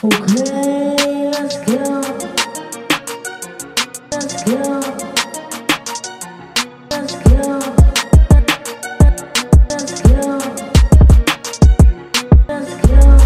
Okay, let's go. Let's go. Let's go. Let's go. Let's go.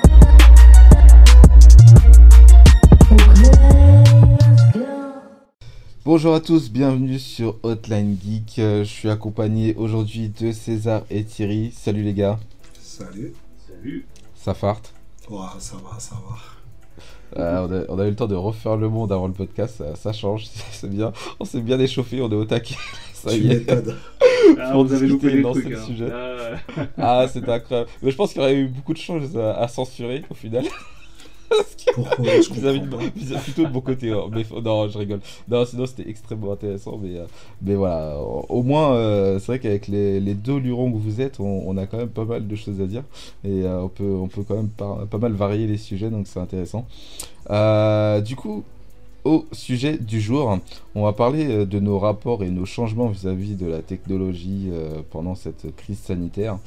Okay, let's go. Bonjour à tous, bienvenue sur Hotline Geek. Je suis accompagné aujourd'hui de César et Thierry. Salut les gars. Salut. Salut. Ça farte. Ouah, ça va. On a eu le temps de refaire le monde avant le podcast, ça change, c'est bien. On s'est bien échauffé, on est au taquet. Ça Tu y est. m'étonnes. Ah, Pour vous avez loupé discuter, des lancer trucs. le Hein. sujet. Ah, Ah, c'était incroyable. Mais je pense qu'il y aurait eu beaucoup de choses à censurer au final. Pourquoi je comprends pas. Plutôt de mon côté, hein. Mais non, je rigole. Non, sinon c'était extrêmement intéressant, mais voilà. Au moins, c'est vrai qu'avec les deux lurons que vous êtes, on a quand même pas mal de choses à dire et on peut quand même pas mal varier les sujets, donc c'est intéressant. Du coup, au sujet du jour, on va parler de nos rapports et nos changements vis-à-vis de la technologie pendant cette crise sanitaire.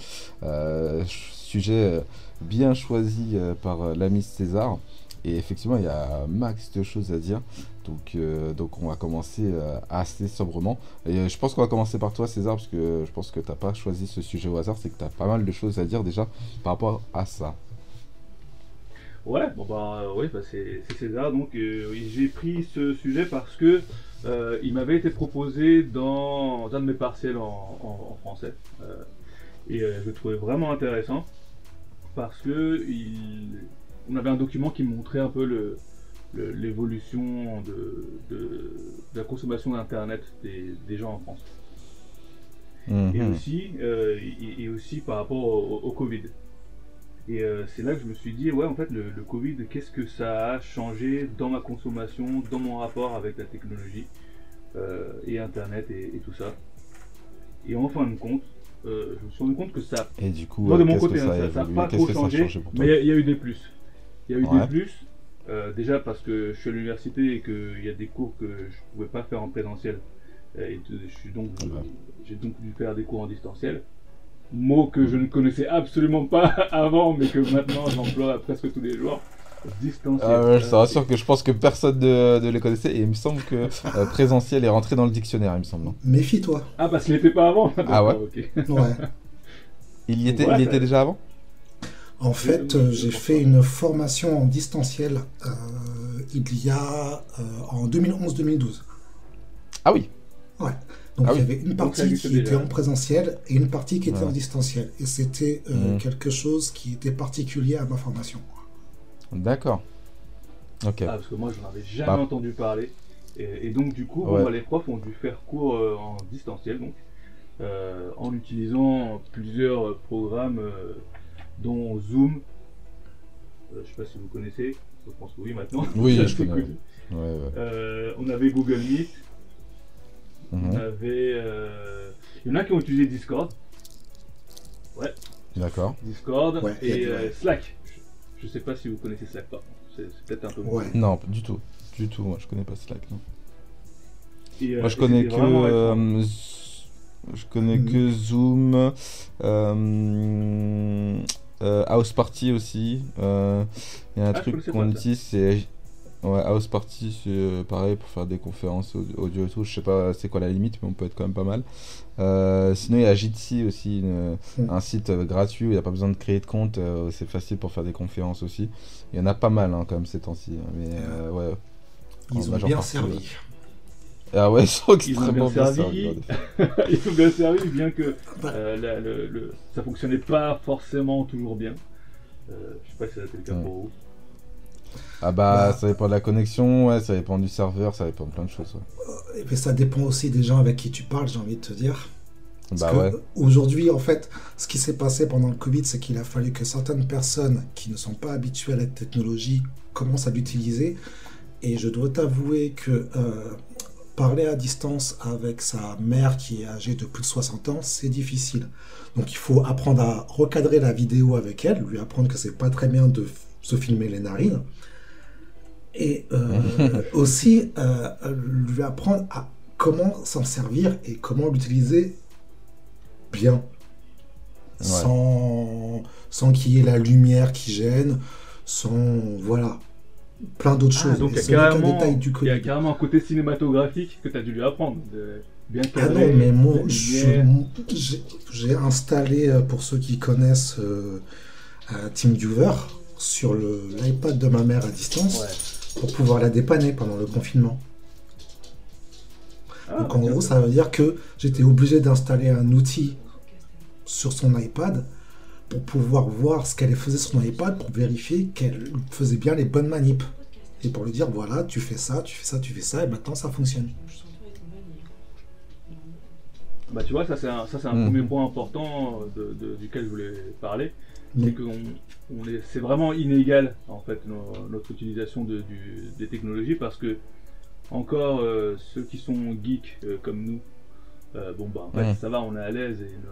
Sujet bien choisi par l'ami César. Et effectivement, il y a max de choses à dire. Donc on va commencer assez sobrement. Et je pense qu'on va commencer par toi, César, parce que je pense que tu n'as pas choisi ce sujet au hasard. C'est que tu as pas mal de choses à dire déjà par rapport à ça. ouais, c'est César. Donc oui, j'ai pris ce sujet parce que il m'avait été proposé dans un de mes partiels en français. Et je le trouvais vraiment intéressant parce que on avait un document qui montrait un peu l'évolution de la consommation d'Internet des gens en France. Et aussi par rapport au Covid. Et c'est là que je me suis dit, ouais, en fait, le Covid, qu'est-ce que ça a changé dans ma consommation, dans mon rapport avec la technologie et Internet et tout ça. Et en fin de compte, je me suis rendu compte que ça, Et du coup, moi de mon qu'est-ce côté, que ça a ça n'a évolué? pas Qu'est-ce trop que ça a changé, changé pour toi? mais il y a eu des plus. Il y a eu Ouais. des plus, déjà parce que je suis à l'université et qu'il y a des cours que je ne pouvais pas faire en présentiel. J'ai donc dû faire des cours en distanciel. Mot que je ne connaissais absolument pas avant, mais que maintenant j'emploie presque tous les jours. Distanciel. Je te rassure que je pense que personne ne les connaissait. Et il me semble que présentiel est rentré dans le dictionnaire, il me semble. Non, Méfie-toi. Ah, parce qu'il n'était pas avant. Ah ouais. Ok. Ouais. il y était, Ouais, il y était déjà avant? En fait, j'ai fait une formation en distanciel il y a en 2011-2012. Ah oui. Ouais. Donc Ah il y oui. avait une Donc, ça partie existait qui était déjà. en présentiel et une partie qui était Ouais. en distanciel. Et c'était Mhm. quelque chose qui était particulier à ma formation. D'accord. Ok. Ah, parce que moi j'en avais jamais Bah. entendu parler. Et donc du coup, Ouais. les profs ont dû faire cours en distanciel, donc, en utilisant plusieurs programmes, dont Zoom. Je sais pas si vous connaissez, je pense que oui maintenant. Oui, Ça, je c'est connais. cool. Ouais. On avait Google Meet, on Mhm. avait... il y en a qui ont utilisé Discord. Ouais, D'accord. Discord Ouais, et ouais. Slack. Je sais pas si vous connaissez Slack, par contre. C'est peut-être un peu moins. Ouais. Non, du tout. Du tout. Moi, je connais pas Slack. Non. Et, Moi, je et connais c'était vraiment récent. que. Je connais que Zoom. House Party aussi. Il y a un Ah, je truc connaissais qu'on pas ça. utilise, c'est. Ouais, House Party, c'est pareil pour faire des conférences audio et tout. Je sais pas c'est quoi la limite, mais on peut être quand même pas mal. Sinon, il y a Jitsi aussi, un site gratuit où il n'y a pas besoin de créer de compte. C'est facile pour faire des conférences aussi. Il y en a pas mal quand même ces temps-ci. Mais ouais. En Ils ont majeure bien partie, servi. ouais. Ah ouais, ils sont Ils ont extrêmement bien bien servi. servis. En effet. Ils ont bien servi, bien que Bah. ça fonctionnait pas forcément toujours bien. Je sais pas si ça a été le cas Ouais. pour vous. Ah bah, Bah. ça dépend de la connexion, ouais, ça dépend du serveur, ça dépend de plein de choses. Ouais. Et puis ça dépend aussi des gens avec qui tu parles, j'ai envie de te dire. Parce Bah que ouais. aujourd'hui, en fait, ce qui s'est passé pendant le Covid, c'est qu'il a fallu que certaines personnes qui ne sont pas habituées à la technologie commencent à l'utiliser. Et je dois t'avouer que parler à distance avec sa mère qui est âgée de plus de 60 ans, c'est difficile. Donc il faut apprendre à recadrer la vidéo avec elle, lui apprendre que c'est pas très bien de se filmer les narines. Et aussi lui apprendre à comment s'en servir et comment l'utiliser bien, Ouais. sans qu'il y ait la lumière qui gêne, sans, voilà, plein d'autres Ah, choses. donc Mais ce n'est qu'un détail du il y a Covid. carrément un côté cinématographique que tu as dû lui apprendre. Bien Ah non, cadré, mais moi, la lumière. j'ai installé, pour ceux qui connaissent TeamViewer, sur l'iPad de ma mère à distance, Ouais. pour pouvoir la dépanner pendant le confinement. Ah, Donc en tiens, gros, ça veut dire que j'étais obligé d'installer un outil sur son iPad pour pouvoir voir ce qu'elle faisait sur son iPad pour vérifier qu'elle faisait bien les bonnes manips. Et pour lui dire, voilà, tu fais ça, tu fais ça, tu fais ça, et maintenant ça fonctionne. Bah tu vois, ça c'est un Mhm. premier point important duquel je voulais parler. C'est Donc, que c'est vraiment inégal en fait notre utilisation des technologies parce que encore ceux qui sont geeks comme nous, bon bah en fait Mhm. ça va, on est à l'aise et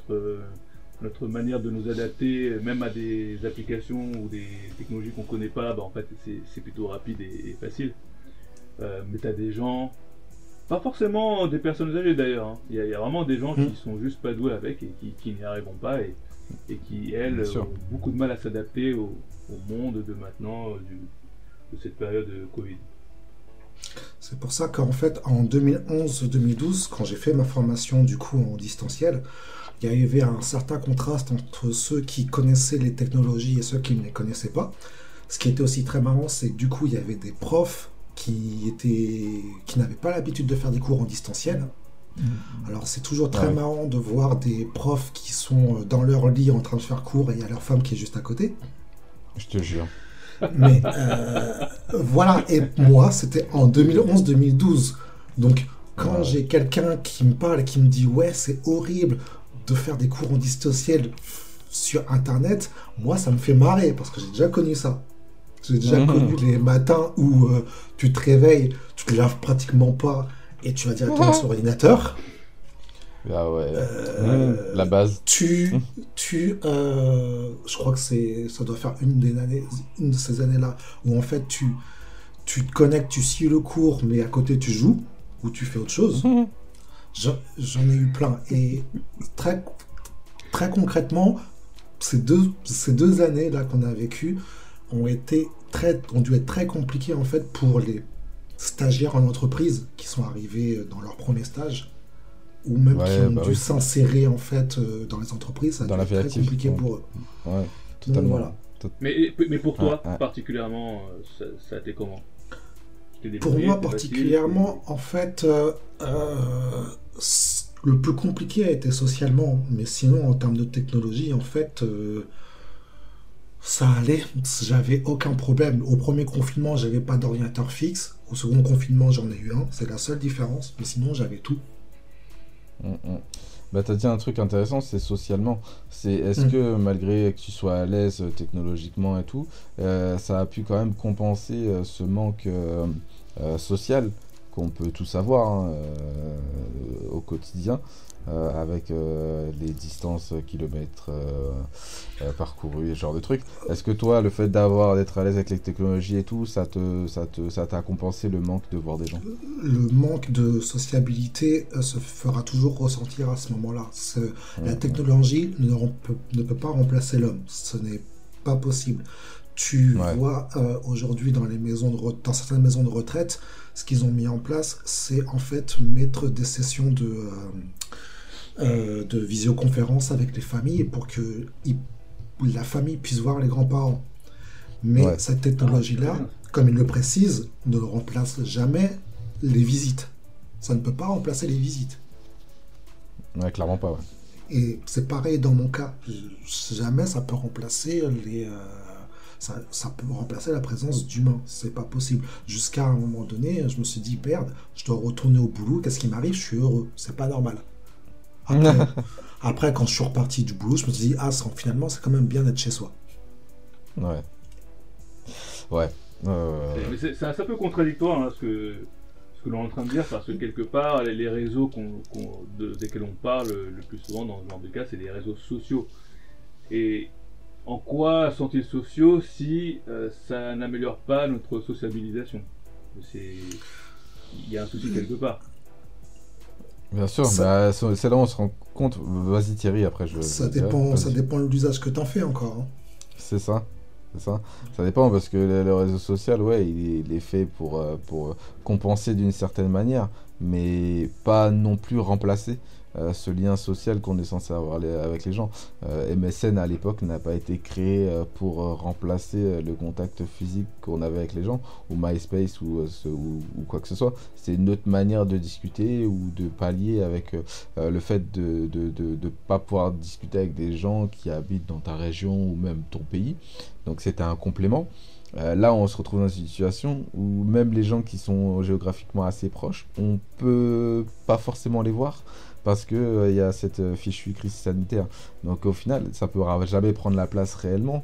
notre manière de nous adapter même à des applications ou des technologies qu'on connaît pas, bah en fait c'est plutôt rapide et facile. Mais t'as des gens, pas forcément des personnes âgées d'ailleurs, hein. Il y a vraiment des gens qui sont juste pas doués avec et qui n'y arriveront pas et qui, elles, Bien sûr. ont beaucoup de mal à s'adapter au monde de maintenant, de cette période de Covid. c'est pour ça qu'en fait, en 2011-2012, quand j'ai fait ma formation du coup en distanciel, il y avait un certain contraste entre ceux qui connaissaient les technologies et ceux qui ne les connaissaient pas. Ce qui était aussi très marrant, c'est que du coup, il y avait des profs qui n'avaient pas l'habitude de faire des cours en distanciel. Alors c'est toujours très Ouais. marrant de voir des profs qui sont dans leur lit en train de faire cours et il y a leur femme qui est juste à côté. Je te jure. Mais voilà, et moi c'était en 2011-2012. Donc quand Ouais. j'ai quelqu'un qui me parle et qui me dit ouais c'est horrible de faire des cours en distanciel sur internet, moi ça me fait marrer parce que j'ai déjà connu ça. J'ai déjà connu les matins où tu te réveilles, tu te laves pratiquement pas et tu vas directement sur l'ordinateur. Ah ouais. La base. Je crois que ça doit faire une de ces années-là où en fait tu te connectes, tu suis le cours, mais à côté tu joues ou tu fais autre chose. J'en ai eu plein et très très concrètement, ces deux années-là qu'on a vécues ont dû être très compliquées en fait pour les stagiaires en entreprise qui sont arrivés dans leur premier stage ou même qui ont dû s'insérer en fait dans les entreprises. Ça a Dans dû la être vie très active. compliqué pour eux. Ouais, totalement. voilà. Mais pour toi, Ouais. particulièrement, ça a été comment? C'était Pour débrouillé, moi c'était particulièrement, en fait, le plus compliqué a été socialement, mais sinon en termes de technologie, en fait, ça allait, j'avais aucun problème. Au premier confinement, j'avais pas d'ordinateur fixe. Au second confinement, j'en ai eu un. C'est la seule différence, mais sinon, j'avais tout. Bah, t'as dit un truc intéressant, c'est socialement. Est-ce que malgré que tu sois à l'aise technologiquement et tout, ça a pu quand même compenser ce manque social qu'on peut tous avoir hein, au quotidien avec les distances kilomètres parcourus et ce genre de trucs. Est-ce que toi, le fait d'être à l'aise avec les technologies et tout, ça t'a compensé le manque de voir des gens? Le manque de sociabilité se fera toujours ressentir à ce moment-là. La technologie ne peut pas remplacer l'homme. Ce n'est pas possible. Tu vois aujourd'hui dans certaines maisons de retraite, ce qu'ils ont mis en place, c'est en fait mettre des sessions de visioconférence avec les familles pour que la famille puisse voir les grands-parents. Mais cette technologie-là, comme il le précise, ne remplace jamais les visites. Ça ne peut pas remplacer les visites. Ouais, clairement pas, ouais. Et c'est pareil dans mon cas. Jamais ça peut remplacer ça peut remplacer la présence d'humains. C'est pas possible. Jusqu'à un moment donné, je me suis dit, merde, je dois retourner au boulot. Qu'est-ce qui m'arrive? Je suis heureux. C'est pas normal. Après, quand je suis reparti du boulot, je me suis dit, finalement, c'est quand même bien d'être chez soi. Ouais. Ouais. Mais c'est un peu contradictoire hein, ce que l'on est en train de dire, parce que quelque part, les réseaux desquels on parle le plus souvent dans ce genre de cas, c'est les réseaux sociaux. Et en quoi sont-ils sociaux si ça n'améliore pas notre sociabilisation? Il y a un souci quelque part. Bien sûr, c'est là où on se rend compte. Vas-y Thierry, après ça dépend de l'usage que t'en fais encore. Hein. C'est ça. c'est ça. Ça dépend parce que le réseau social, ouais, il est fait pour compenser d'une certaine manière, mais pas non plus remplacer ce lien social qu'on est censé avoir avec les gens. MSN à l'époque n'a pas été créé pour remplacer le contact physique qu'on avait avec les gens, ou MySpace ou quoi que ce soit. C'est une autre manière de discuter ou de pallier avec le fait de pas pouvoir discuter avec des gens qui habitent dans ta région ou même ton pays. Donc c'était un complément. Là, on se retrouve dans une situation où même les gens qui sont géographiquement assez proches, on peut pas forcément les voir parce que y a cette fichue crise sanitaire. Donc au final, ça ne pourra jamais prendre la place réellement,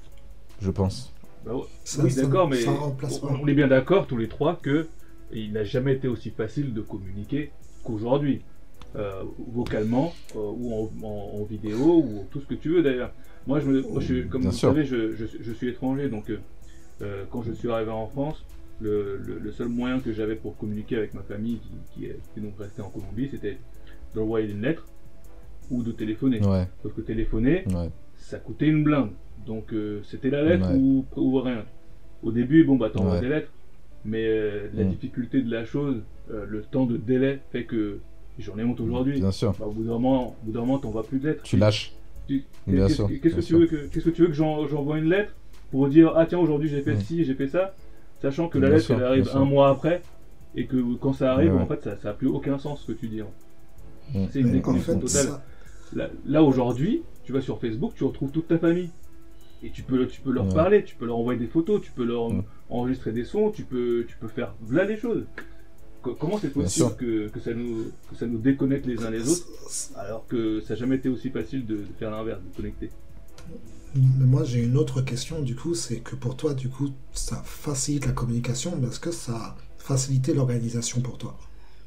je pense. Bah ouais. Ça, Oui, ça- d'accord, mais ça remplace pas. on est bien d'accord tous les trois que il n'a jamais été aussi facile de communiquer qu'aujourd'hui, vocalement ou en vidéo ou tout ce que tu veux d'ailleurs. Moi, comme Bien vous sûr. savez, je suis étranger, donc quand je suis arrivé en France, le seul moyen que j'avais pour communiquer avec ma famille qui est donc restée en Colombie, c'était d'envoyer une lettre ou de téléphoner. Ouais, Sauf que téléphoner, ouais, ça coûtait une blinde. Donc c'était la lettre Ouais. ou rien. Au début, bon bah t'envoies Ouais. des lettres, mais la difficulté de la chose, le temps de délai fait que j'en ai honte aujourd'hui. bien sûr. Bah, au bout d'un moment, t'envoies plus de lettres. Tu lâches. Tu- Bien qu'est-ce sûr, qu'est-ce bien que tu sûr. veux qu'est-ce que tu veux que j'envoie une lettre pour dire ah tiens aujourd'hui j'ai fait ci, j'ai fait ça, sachant que la Bien lettre sûr, elle arrive bien sûr. un mois après et que quand ça arrive Ouais, en fait ça a plus aucun sens ce que tu dis. Mm. C'est une Mais en déconnexion fait, totale. ça, Là aujourd'hui, tu vas sur Facebook, tu retrouves toute ta famille. Et tu peux leur Ouais. parler, tu peux leur envoyer des photos, tu peux leur Mm. enregistrer des sons, tu peux faire là les choses. Comment c'est Bien possible sûr. que ça nous déconnecte les uns les autres c'est- alors que ça n'a jamais été aussi facile de faire l'inverse, de connecter. Mais moi, j'ai une autre question, du coup, c'est que pour toi, du coup, ça facilite la communication, mais est-ce que ça a facilité l'organisation pour toi?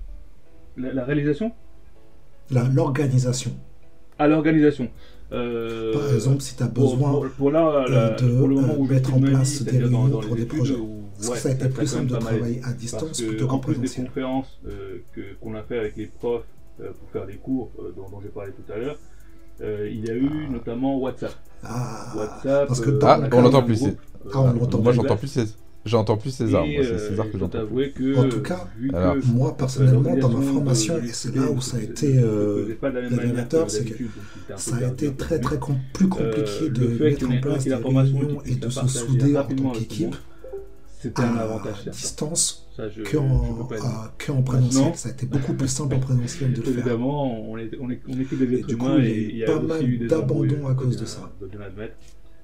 La réalisation L'organisation. à l'organisation. Par exemple, si tu as pour, besoin pour là, de pour le moment où je mettre suis en de ma place vie, des c'est-à-dire réunions les pour des études, projets. où, Est-ce que ouais, ça a été a plus quand simple même de pas mal aidé. travailler à Parce distance que, plutôt en qu'en plus des présentiel? conférences qu'on a fait avec les profs pour faire les cours dont j'ai parlé tout à l'heure, il y a eu notamment WhatsApp. Ah, WhatsApp, parce que on dans a le on créé l'entend un plus, groupe, Ah, on l'entend Moi, plus. j'entends plus César. Et Moi, c'est César il que faut j'entends plus. t'avouer que En tout cas, vu que alors, moi, personnellement, dans ma l'organisation formation, de et c'est l'université là où ça a ne été se faisait pas de la même manière révélateur, que c'est que d'habitude, donc il était un peu ça a perdu, été un peu très perdu. très plus compliqué de Le fait mettre qu'il y en en ait un place qui des la formation réunions qui et puisse de la se partager souder en rapidement tant avec tout le qu'équipe monde, c'était un avantage à certain. distance Ça, je qu'en peux pas dire. qu'en présentiel. Maintenant, Ça a été beaucoup plus simple en présentiel de le faire. Évidemment, on est que des Et êtres du coup, humains il y a et eu il y a pas aussi mal eu des d'abandon embrouilles, à cause faut de bien- ça. faut bien l'admettre.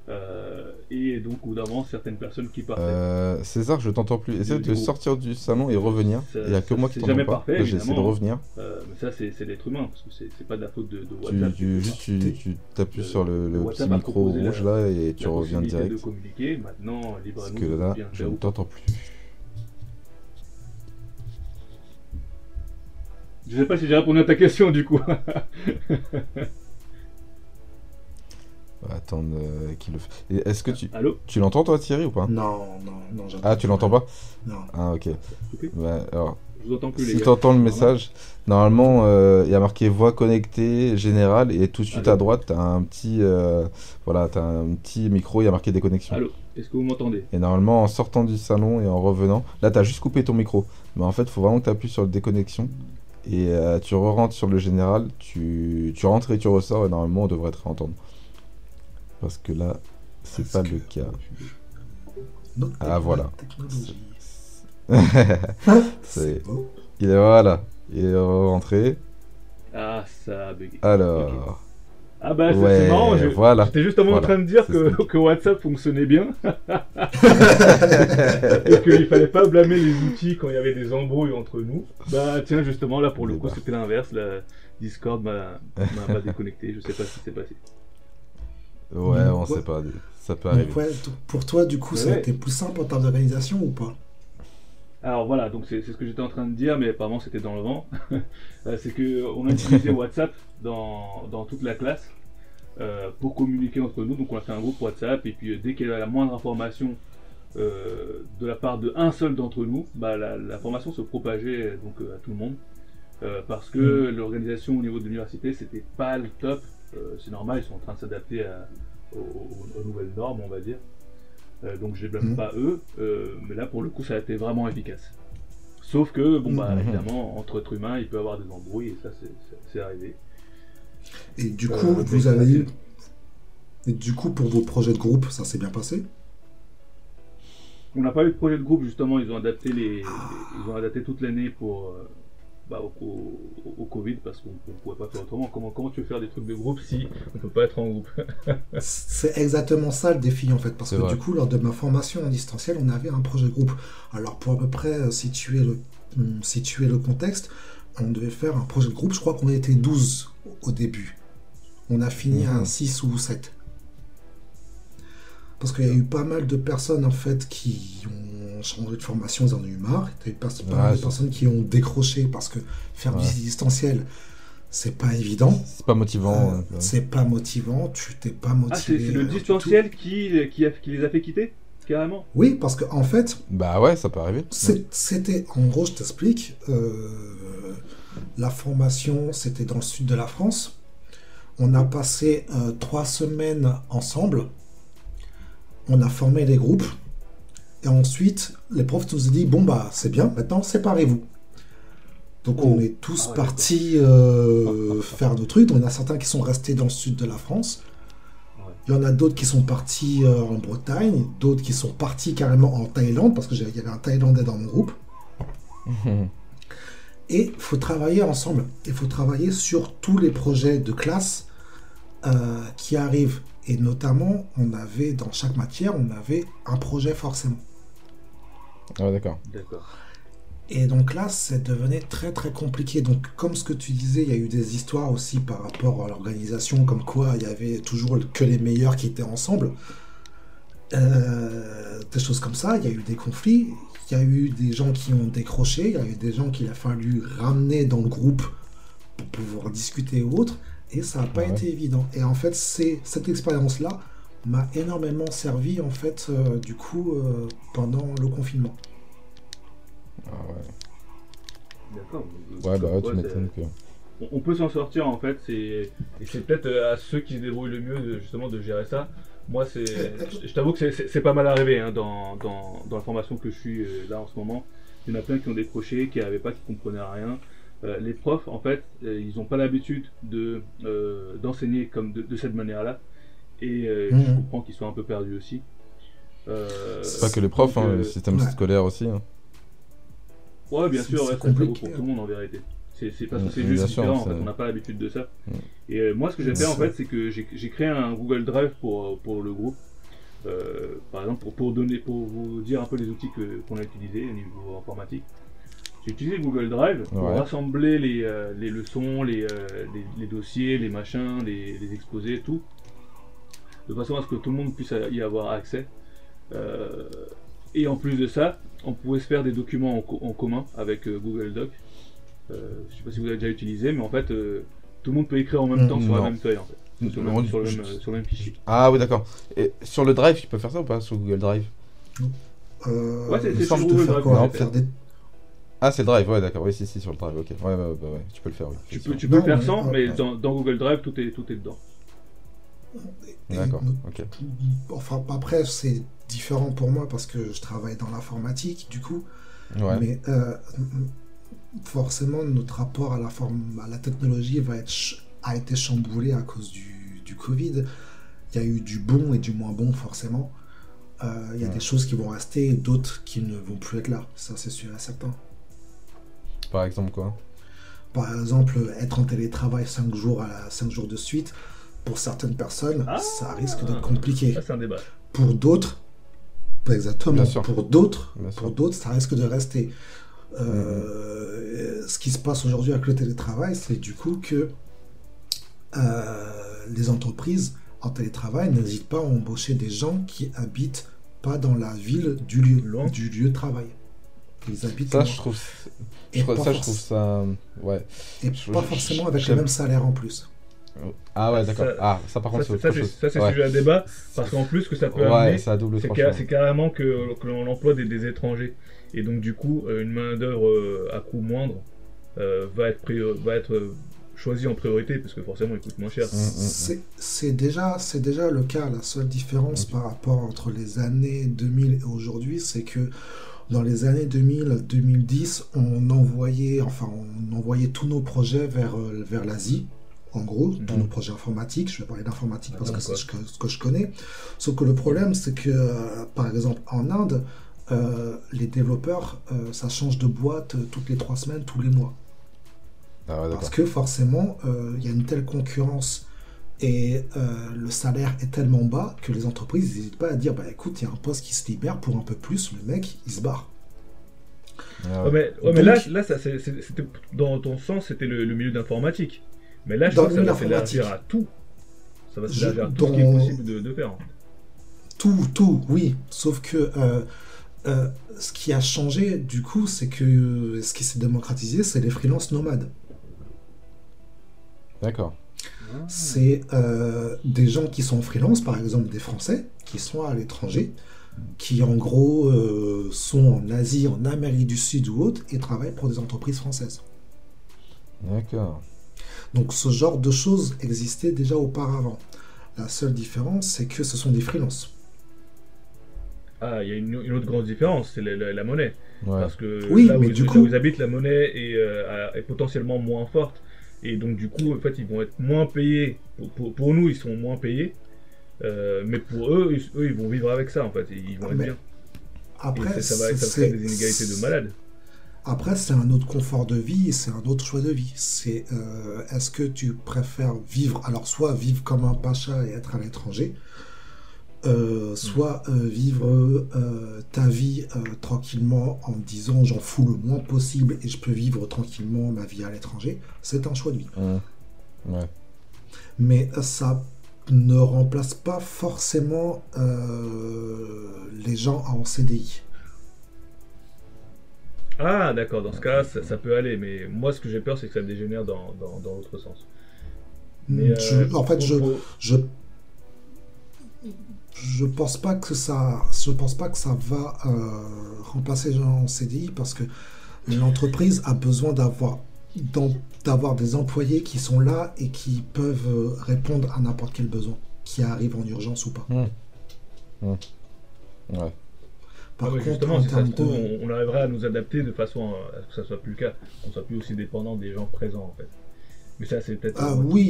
Et donc, au bout d'un moment, certaines personnes qui partaient. César, je t'entends plus. Essaie Du de coup, sortir du salon et revenir. ça- Il n'y a que ça, moi qui c'est t'entends jamais pas. parfait, Là, j'essaie de évidemment. revenir. Mais ça, c'est l'être humain, parce que c'est pas de la faute de Tu, WhatsApp. tu t'appuies sur le petit WhatsApp a micro proposé rouge là et tu la reviens possibilité direct. de communiquer. Maintenant, libre à Parce nous que de là, bien je faire ne ou pas. t'entends plus. Je sais pas si j'ai répondu à ta question, du coup. On va attendre qu'il le fait. Et est-ce que Allô? tu l'entends toi Thierry ou pas? Non, j'entends Ah, tu plus l'entends pas? rien. Non. Ah, ok. Coupé Bah, alors, Je vous entends plus, les si gars. tu entends le message, normalement, il y a marqué voix connectée générale et tout de suite Allô? à droite, tu as un petit t'as un petit micro, il y a marqué déconnexion. Allô? Est-ce que vous m'entendez? Et normalement, en sortant du salon et en revenant, là, tu as juste coupé ton micro. Mais en fait, il faut vraiment que tu appuies sur le déconnexion et tu re-rentres sur le général, tu rentres et tu ressors et normalement, on devrait te réentendre. Parce que là, c'est Parce pas que- le cas. Notre Ah, voilà. technologie. C'est- beau. Il est rentré. Ah, ça a bugué. Alors, Ah bah c'est ouais, marrant, voilà. j'étais justement en Voilà, train de dire c'est que WhatsApp fonctionnait bien et qu'il fallait pas blâmer les outils quand il y avait des embrouilles entre nous. Bah tiens justement là pour le coup Débat. c'était l'inverse, la Discord m'a déconnecté, je sais pas ce qui s'est passé. Ouais, on Ouais. sait pas. Ça peut arriver. Donc, ouais, pour toi, du coup, ça a Ouais. été plus simple en termes d'organisation ou pas? Alors voilà, donc c'est ce que j'étais en train de dire, mais apparemment c'était dans le vent. C'est que on a utilisé WhatsApp dans toute la classe pour communiquer entre nous. Donc on a fait un groupe WhatsApp et puis dès qu'il y a la moindre information de la part de un seul d'entre nous, bah, l'information se propageait donc à tout le monde parce que l'organisation au niveau de l'université c'était pas le top. C'est normal, ils sont en train de s'adapter aux nouvelles normes, on va dire. Donc je les blâme pas eux, mais là pour le coup ça a été vraiment efficace. Sauf que, bon bah évidemment, entre êtres humains, il peut y avoir des embrouilles, et ça c'est arrivé. Et du coup, vous avez eu... Et du coup, pour vos projets de groupe, ça s'est bien passé? On n'a pas eu de projet de groupe, justement, ils ont adapté ils ont adapté toute l'année pour au Covid, parce qu'on ne pouvait pas faire autrement. Comment tu veux faire des trucs de groupe si on ne peut pas être en groupe? C'est exactement ça le défi en fait, parce C'est que vrai. du coup, lors de ma formation en distanciel, on avait un projet de groupe. Alors pour à peu près situer le contexte, on devait faire un projet de groupe, je crois qu'on était 12 au début. On a fini à 6 ou 7. Parce qu'il y a eu pas mal de personnes en fait qui ont changé de formation, ils en ont eu marre. Il y a eu pas mal de personnes qui ont décroché parce que faire du distanciel, c'est pas évident. C'est pas motivant. Ouais. C'est pas motivant, tu t'es pas Ah, motivé. c'est le du distanciel qui les a fait quitter? Carrément? tout. Oui, parce que en fait, Bah ouais, ça peut arriver. c'était, en gros, je t'explique, la formation, c'était dans le sud de la France. On a passé 3 semaines ensemble. On a formé les groupes. Et ensuite, les profs nous ont dit, bon bah, c'est bien, maintenant, séparez-vous. Donc on est tous partis faire nos trucs. Donc il y en a certains qui sont restés dans le sud de la France. Il y en a d'autres qui sont partis en Bretagne, d'autres qui sont partis carrément en Thaïlande, parce qu'il y avait un Thaïlandais dans mon groupe. Et il faut travailler ensemble. Il faut travailler sur tous les projets de classe qui arrivent. Et notamment, on avait, dans chaque matière, on avait un projet forcément. Ouais, d'accord. Et donc là, ça devenait très très compliqué. Donc comme ce que tu disais, il y a eu des histoires aussi par rapport à l'organisation, comme quoi il y avait toujours que les meilleurs qui étaient ensemble. Des choses comme ça, il y a eu des conflits, il y a eu des gens qui ont décroché, il y a eu des gens qu'il a fallu ramener dans le groupe pour pouvoir discuter ou autre, et ça n'a pas été évident. Et en fait, cette expérience-là m'a énormément servi en fait, du coup, pendant le confinement. Ah ouais. D'accord. Ouais, bah ouais, tu m'étonnes que... On peut s'en sortir en fait, et c'est peut-être à ceux qui se débrouillent le mieux justement de gérer ça. Moi, je t'avoue que c'est pas mal arrivé hein, dans la formation que je suis là en ce moment. Il y en a plein qui ont décroché, qui n'avaient pas, qui comprenaient rien. Les profs, en fait, ils n'ont pas l'habitude d'enseigner comme de cette manière-là, et je comprends qu'ils soient un peu perdus aussi. C'est pas que les profs, le système scolaire aussi. Hein. Ouais, bien sûr, ça vaut pour tout le monde en vérité. C'est parce que c'est juste différent, en fait, on n'a pas l'habitude de ça. Et moi, ce que j'ai fait, en fait, c'est que j'ai créé un Google Drive pour le groupe. Par exemple, pour vous dire un peu les outils qu'on a utilisés au niveau informatique. J'ai utilisé Google Drive pour rassembler les leçons, les dossiers, les machins, les exposés, tout. De façon à ce que tout le monde puisse y avoir accès. Et en plus de ça, on pouvait se faire des documents en commun avec Google Doc. Je sais pas si vous avez déjà utilisé, mais en fait, tout le monde peut écrire en même temps sur la même feuille, en fait. Sur le même fichier. Ah oui, d'accord. Et sur le Drive, tu peux faire ça ou pas sur Google Drive? Ouais, c'est sur Google Drive. Quoi, faire des... Ah, c'est le Drive, ouais, d'accord. Oui, si, sur le Drive, ok. Ouais, tu peux le faire, oui. Tu peux le faire sans, mais dans Google Drive, tout est dedans. D'accord, ok. Enfin, après, c'est différent pour moi parce que je travaille dans l'informatique, du coup. Ouais. Mais forcément, notre rapport à la technologie a été chamboulé à cause du Covid. Il y a eu du bon et du moins bon, forcément. Il y a des choses qui vont rester et d'autres qui ne vont plus être là. Ça, c'est sûr et certain. Par exemple, quoi? Par exemple, être en télétravail 5 jours de suite, pour certaines personnes, ça risque d'être compliqué. Ça, c'est un débat. Pour d'autres, exactement, pour d'autres, ça risque de rester. Ce qui se passe aujourd'hui avec le télétravail, c'est du coup que les entreprises en télétravail n'hésitent pas à embaucher des gens qui habitent pas dans la ville du lieu de travail. Ils habitent ça, loin. je trouve ça... Ouais. Et pas forcément avec le même salaire en plus. Ah ouais, d'accord. Ça par contre, c'est autre chose. Ça, c'est sujet à débat, parce qu'en plus, ce que ça peut amener, ça a double c'est carrément que l'on emploie des étrangers. Et donc, du coup, une main-d'œuvre à coût moindre va être choisi en priorité parce que forcément il coûte moins cher. C'est déjà le cas. La seule différence par rapport entre les années 2000 et aujourd'hui, c'est que dans les années 2000-2010, on envoyait tous nos projets vers l'Asie. En gros, tous nos projets informatiques, je vais parler d'informatique parce que c'est ce que je connais. Sauf que le problème, c'est que, par exemple, en Inde, les développeurs, ça change de boîte toutes les 3 semaines, tous les mois. Ah ouais, Parce que forcément, il y a une telle concurrence et le salaire est tellement bas que les entreprises n'hésitent pas à dire, bah écoute, il y a un poste qui se libère pour un peu plus, le mec, il se barre. Mais là, c'était, dans ton sens, c'était le milieu d'informatique. Mais là, je pense que ça va s'élargir à tout. Ça va s'élargir à tout ce qui est possible de faire. En fait. Tout, oui. Sauf que ce qui a changé, du coup, c'est que ce qui s'est démocratisé, c'est les freelances nomades. D'accord. C'est des gens qui sont en freelance, par exemple des Français, qui sont à l'étranger, qui en gros sont en Asie, en Amérique du Sud ou autre, et travaillent pour des entreprises françaises. D'accord. Donc ce genre de choses existait déjà auparavant. La seule différence, c'est que ce sont des freelances. Ah, il y a une autre grande différence, c'est la monnaie. Ouais. Parce que Oui, là mais où du coup- ils habitent, la monnaie est potentiellement moins forte. Et donc du coup, en fait, ils vont être moins payés. Pour nous, ils sont moins payés. Mais pour eux, ils vont vivre avec ça, en fait. Et ils vont être bien. Après, Et ça va créer des inégalités de malade. Après, c'est un autre confort de vie et c'est un autre choix de vie. C'est est-ce que tu préfères vivre, alors soit vivre comme un pacha et être à l'étranger, soit vivre ta vie tranquillement en disant j'en fous le moins possible et je peux vivre tranquillement ma vie à l'étranger. C'est un choix de vie. Ouais. Mais ça ne remplace pas forcément les gens en CDI. Ah, d'accord, dans ce cas, ça peut aller. Mais moi, ce que j'ai peur, c'est que ça dégénère dans l'autre sens. Mais, Je pense pas que ça va remplacer les gens en CDI parce que l'entreprise a besoin d'avoir des employés qui sont là et qui peuvent répondre à n'importe quel besoin qui arrive en urgence ou pas. Ouais. Par contre, justement, en si ça se termes trouve, de... on arriverait à nous adapter de façon à ce que ça soit plus le cas, qu'on soit plus aussi dépendant des gens présents en fait. Mais ça, c'est peut-être.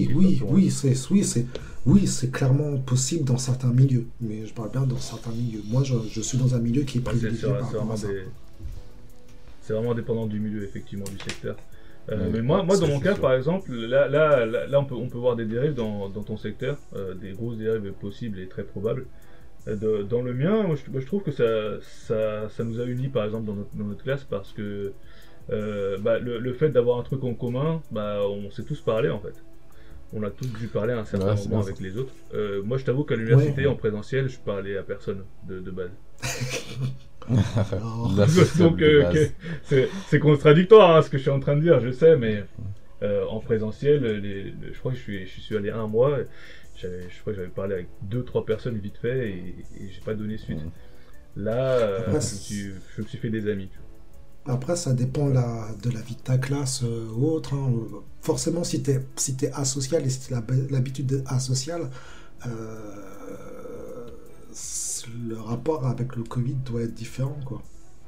Oui, c'est clairement possible dans certains milieux. Mais je parle bien dans certains milieux. Moi, je suis dans un milieu qui est privilégié par rapport à ça. C'est vraiment dépendant du milieu, effectivement, du secteur. Mais Ouais, moi, ça, dans je mon suis cas, sûr. par exemple, là, on peut voir des dérives dans ton secteur, des grosses dérives possibles et très probables. Dans le mien, moi, je trouve que ça nous a unis, par exemple, dans notre classe, parce que le fait d'avoir un truc en commun, on s'est tous parlé, en fait. On a tous dû parler à un certain c'est moment bien avec les autres. Moi, je t'avoue qu'à l'université, Ouais. en présentiel, je parlais à personne de base. Alors, L'associable Donc, de base. c'est contradictoire hein, ce que je suis en train de dire, je sais, mais en présentiel, je crois que je suis allé un mois, je crois que j'avais parlé avec 2-3 personnes vite fait et j'ai pas donné suite. Là, Après, je me suis fait des amis. Tu vois. Après, ça dépend de la vie de ta classe ou autre. Hein. Forcément, si t'es asocial et si t'as l'habitude d'être asocial, le rapport avec le Covid doit être différent, quoi.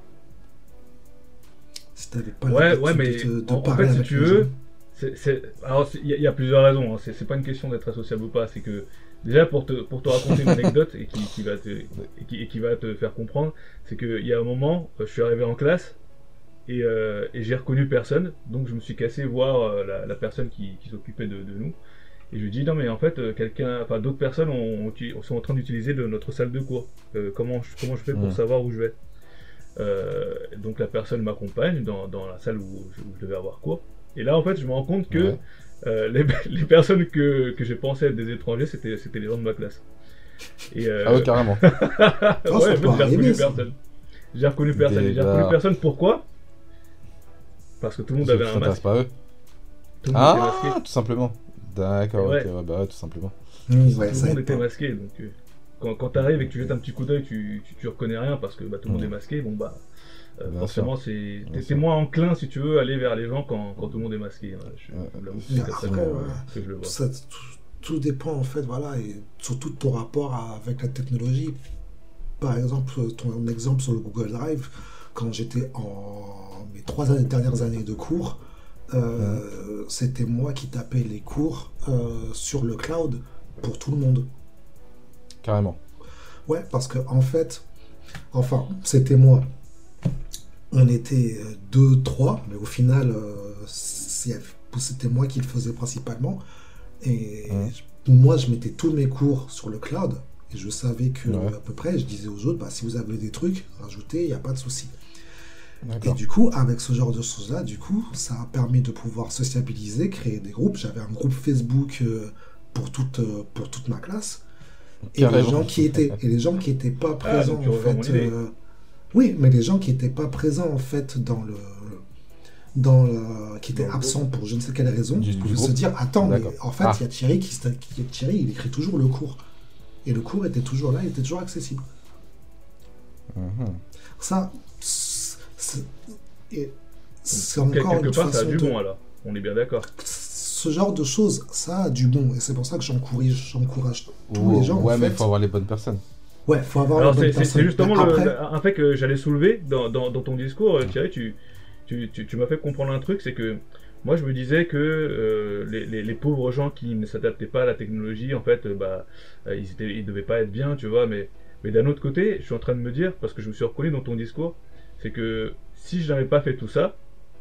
Si t'avais pas Ouais, mais l'habitude de en parler fait, si avec tu les veux, gens. alors il y a plusieurs raisons. Hein. C'est pas une question d'être associable ou pas. C'est que déjà pour te raconter une anecdote et qui va te faire comprendre, c'est qu'il y a un moment, je suis arrivé en classe et j'ai reconnu personne, donc je me suis cassé voir la personne qui s'occupait de nous. Et je lui dis non mais en fait d'autres personnes sont en train d'utiliser notre salle de cours. Comment je fais pour savoir où je vais? Donc la personne m'accompagne dans la salle où je devais avoir cours. Et là en fait je me rends compte que les personnes que j'ai pensé être des étrangers c'était les gens de ma classe. Et, Ah ouais, carrément. ça ouais, en fait, peut j'ai arriver, reconnu ça. personne. J'ai reconnu personne. Et j'ai reconnu personne pourquoi? Parce que tout le monde avait un Ça passe masque. pas eux. Tout le monde était masqué. Ah, tout simplement. D'accord, Ouais. ok, ouais, bah ouais, tout simplement. Ouais, Tout ça le monde aide était pas. masqué, donc quand t'arrives et que tu jettes un petit coup d'œil, tu reconnais rien parce que tout le monde est masqué, bon Bien forcément t'es moins enclin si tu veux aller vers les gens quand tout le monde est masqué. Hein. Je l'avoue que c'est Mais comme ça après, que je le vois. tout dépend en fait, voilà, et surtout de ton rapport avec la technologie. Par exemple, ton exemple sur le Google Drive, quand j'étais en mes 3 dernières années de cours, c'était moi qui tapais les cours sur le cloud pour tout le monde. Carrément. Ouais, parce que en fait, enfin, c'était moi. On était 2, 3, mais au final, c'était moi qui le faisais principalement. Et moi, je mettais tous mes cours sur le cloud. Et je savais que, à peu près, je disais aux autres, si vous avez des trucs, rajoutez, il n'y a pas de souci. Et du coup, avec ce genre de choses-là, du coup, ça a permis de pouvoir sociabiliser, créer des groupes. J'avais un groupe Facebook pour toute ma classe. Et les gens qui étaient pas présents, donc tu en rejoins mon fait, idée. oui, mais les gens qui étaient pas présents en fait qui étaient Dans le absents pour je ne sais quelle raison, Du pouvaient groupe. se dire attends, mais D'accord. en fait il y a Thierry Thierry, il écrit toujours le cours et le cours était toujours là, il était toujours accessible. Mhm. Ça, c'est Donc, encore quelque une part, ça a façon du de... bon alors. On est bien d'accord. Ce genre de choses, ça a du bon et c'est pour ça que j'encourage tous les gens. Ouais, en mais fait. il faut avoir les bonnes personnes. Ouais, faut avoir Alors la bonne c'est personne. justement Mais après, un fait que j'allais soulever dans ton discours, Thierry. Tu m'as fait comprendre un truc, c'est que moi je me disais que les pauvres gens qui ne s'adaptaient pas à la technologie, en fait, ils devaient pas être bien, tu vois. Mais d'un autre côté, je suis en train de me dire, parce que je me suis reconnu dans ton discours, c'est que si je n'avais pas fait tout ça,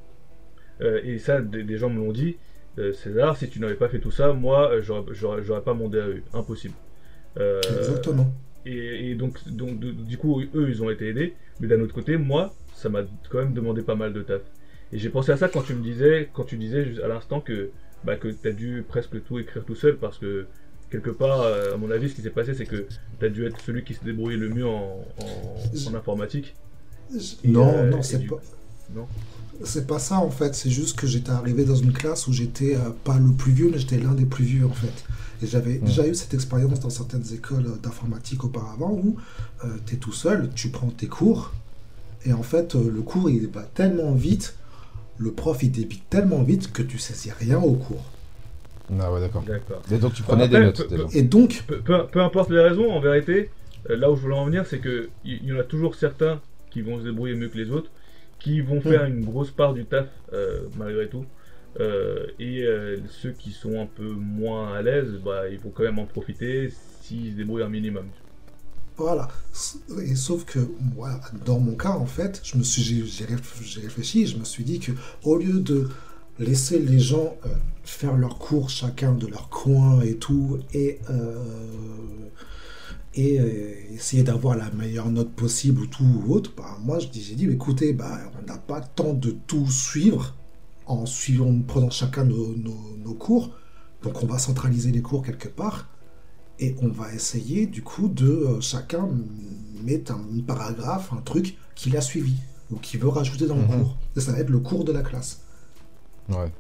et ça des gens me l'ont dit, César, si tu n'avais pas fait tout ça, moi j'aurais pas mon DAE, impossible. exactement. Et donc, du coup, eux, ils ont été aidés. Mais d'un autre côté, moi, ça m'a quand même demandé pas mal de taf. Et j'ai pensé à ça quand tu disais à l'instant que tu as dû presque tout écrire tout seul parce que, quelque part, à mon avis, ce qui s'est passé, c'est que tu as dû être celui qui se débrouillait le mieux en informatique. Non, Et, non, et c'est du- pas. Non. C'est pas ça en fait, c'est juste que j'étais arrivé dans une classe où j'étais pas le plus vieux, mais j'étais l'un des plus vieux en fait. Et j'avais déjà eu cette expérience dans certaines écoles d'informatique auparavant où tu es tout seul, tu prends tes cours, et en fait le cours il va tellement vite, le prof il débite tellement vite que tu saisis rien au cours. Ah ouais, d'accord. D'accord. Et donc tu prenais Après, des notes déjà. Et donc, Peu importe les raisons, en vérité, là où je voulais en venir, c'est que il y en a toujours certains qui vont se débrouiller mieux que les autres, qui vont faire une grosse part du taf malgré tout, et ceux qui sont un peu moins à l'aise, ils vont quand même en profiter s'ils se débrouillent un minimum. voilà. Et sauf que moi, dans mon cas, en fait, j'ai réfléchi, je me suis dit que au lieu de laisser les gens faire leurs cours chacun de leur coin et tout, et essayer d'avoir la meilleure note possible ou tout ou autre, moi j'ai dit écoutez, on n'a pas le temps de tout suivre en prenant chacun nos cours, donc on va centraliser les cours quelque part. Et on va essayer du coup de chacun mettre un paragraphe, un truc qu'il a suivi ou qu'il veut rajouter dans le cours. Et ça va être le cours de la classe. Ouais.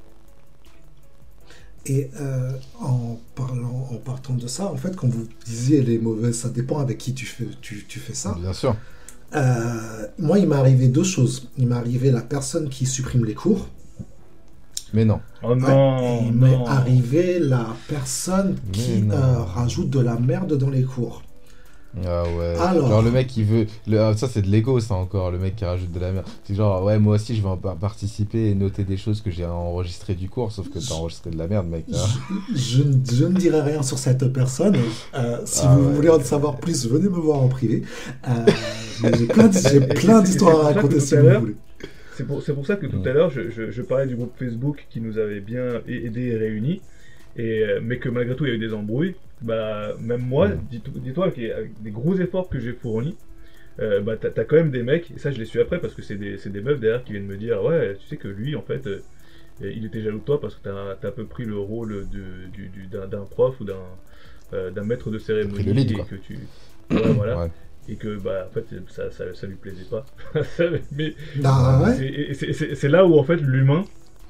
Et en partant de ça, en fait, quand vous disiez les mauvaises, ça dépend avec qui tu fais ça. Bien sûr. Moi, il m'est arrivé deux choses. Il m'est arrivé la personne qui supprime les cours. Mais non. Oh Ouais, non, et il m'est non. arrivé la personne qui non. rajoute de la merde dans les cours. Ah ouais. Alors. Genre le mec qui veut. Ça c'est de l'ego ça encore, le mec qui rajoute de la merde. C'est genre ouais moi aussi je vais participer et noter des choses que j'ai enregistrées du cours, sauf que t'as enregistré de la merde mec. Je ne dirai rien sur cette personne. Si vous voulez en savoir plus, venez me voir en privé. Mais j'ai plein d'histoires à raconter si vous voulez. C'est pour ça que tout à l'heure, je parlais du groupe Facebook qui nous avait bien aidé et réunis, mais que malgré tout il y a eu des embrouilles. Même moi, dis-toi qu'avec des gros efforts que j'ai fournis, t'as quand même des mecs, et ça je l'ai su après parce que c'est des meufs derrière qui viennent me dire ouais, tu sais que lui en fait, il était jaloux de toi parce que t'as un peu pris le rôle d'un prof ou d'un maître de cérémonie le lead, et quoi. que tu. Ouais, voilà. Ouais. Et que en fait ça lui plaisait pas. Mais Ouais. c'est là où en fait l'humain,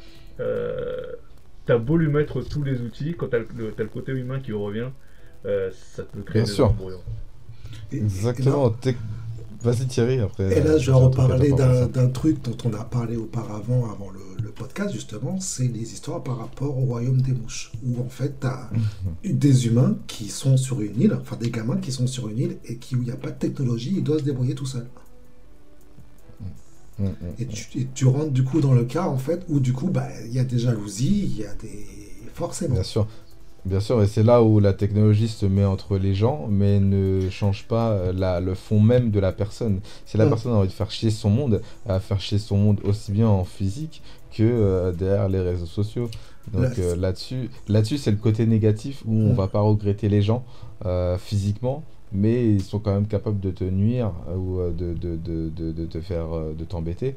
t'as beau lui mettre tous les outils, quand t'as le côté humain qui revient, ça peut créer Bien des sûr. embrouilles. Et Exactement. Vas-y Thierry, après. et là, je vais j'ai un truc à reparler t'apporter ça. d'un truc dont on a parlé auparavant, avant le podcast, justement, c'est les histoires par rapport au royaume des mouches, où en fait, tu as des humains qui sont sur une île, enfin des gamins qui sont sur une île et où il n'y a pas de technologie, ils doivent se débrouiller tout seuls. Mm, mm, Et tu rentres du coup dans le cas, en fait, où du coup, bah, il y a des jalousies, il y a des... Forcément. Bien sûr. Bien sûr, et c'est là où la technologie se met entre les gens, mais ne change pas le fond même de la personne. Si la Mm. personne a envie de faire chier son monde, elle va faire chier son monde aussi bien en physique que derrière les réseaux sociaux. Là, Donc là-dessus, c'est le côté négatif où on Mm. va pas regretter les gens physiquement, mais ils sont quand même capables de te nuire ou de te faire de t'embêter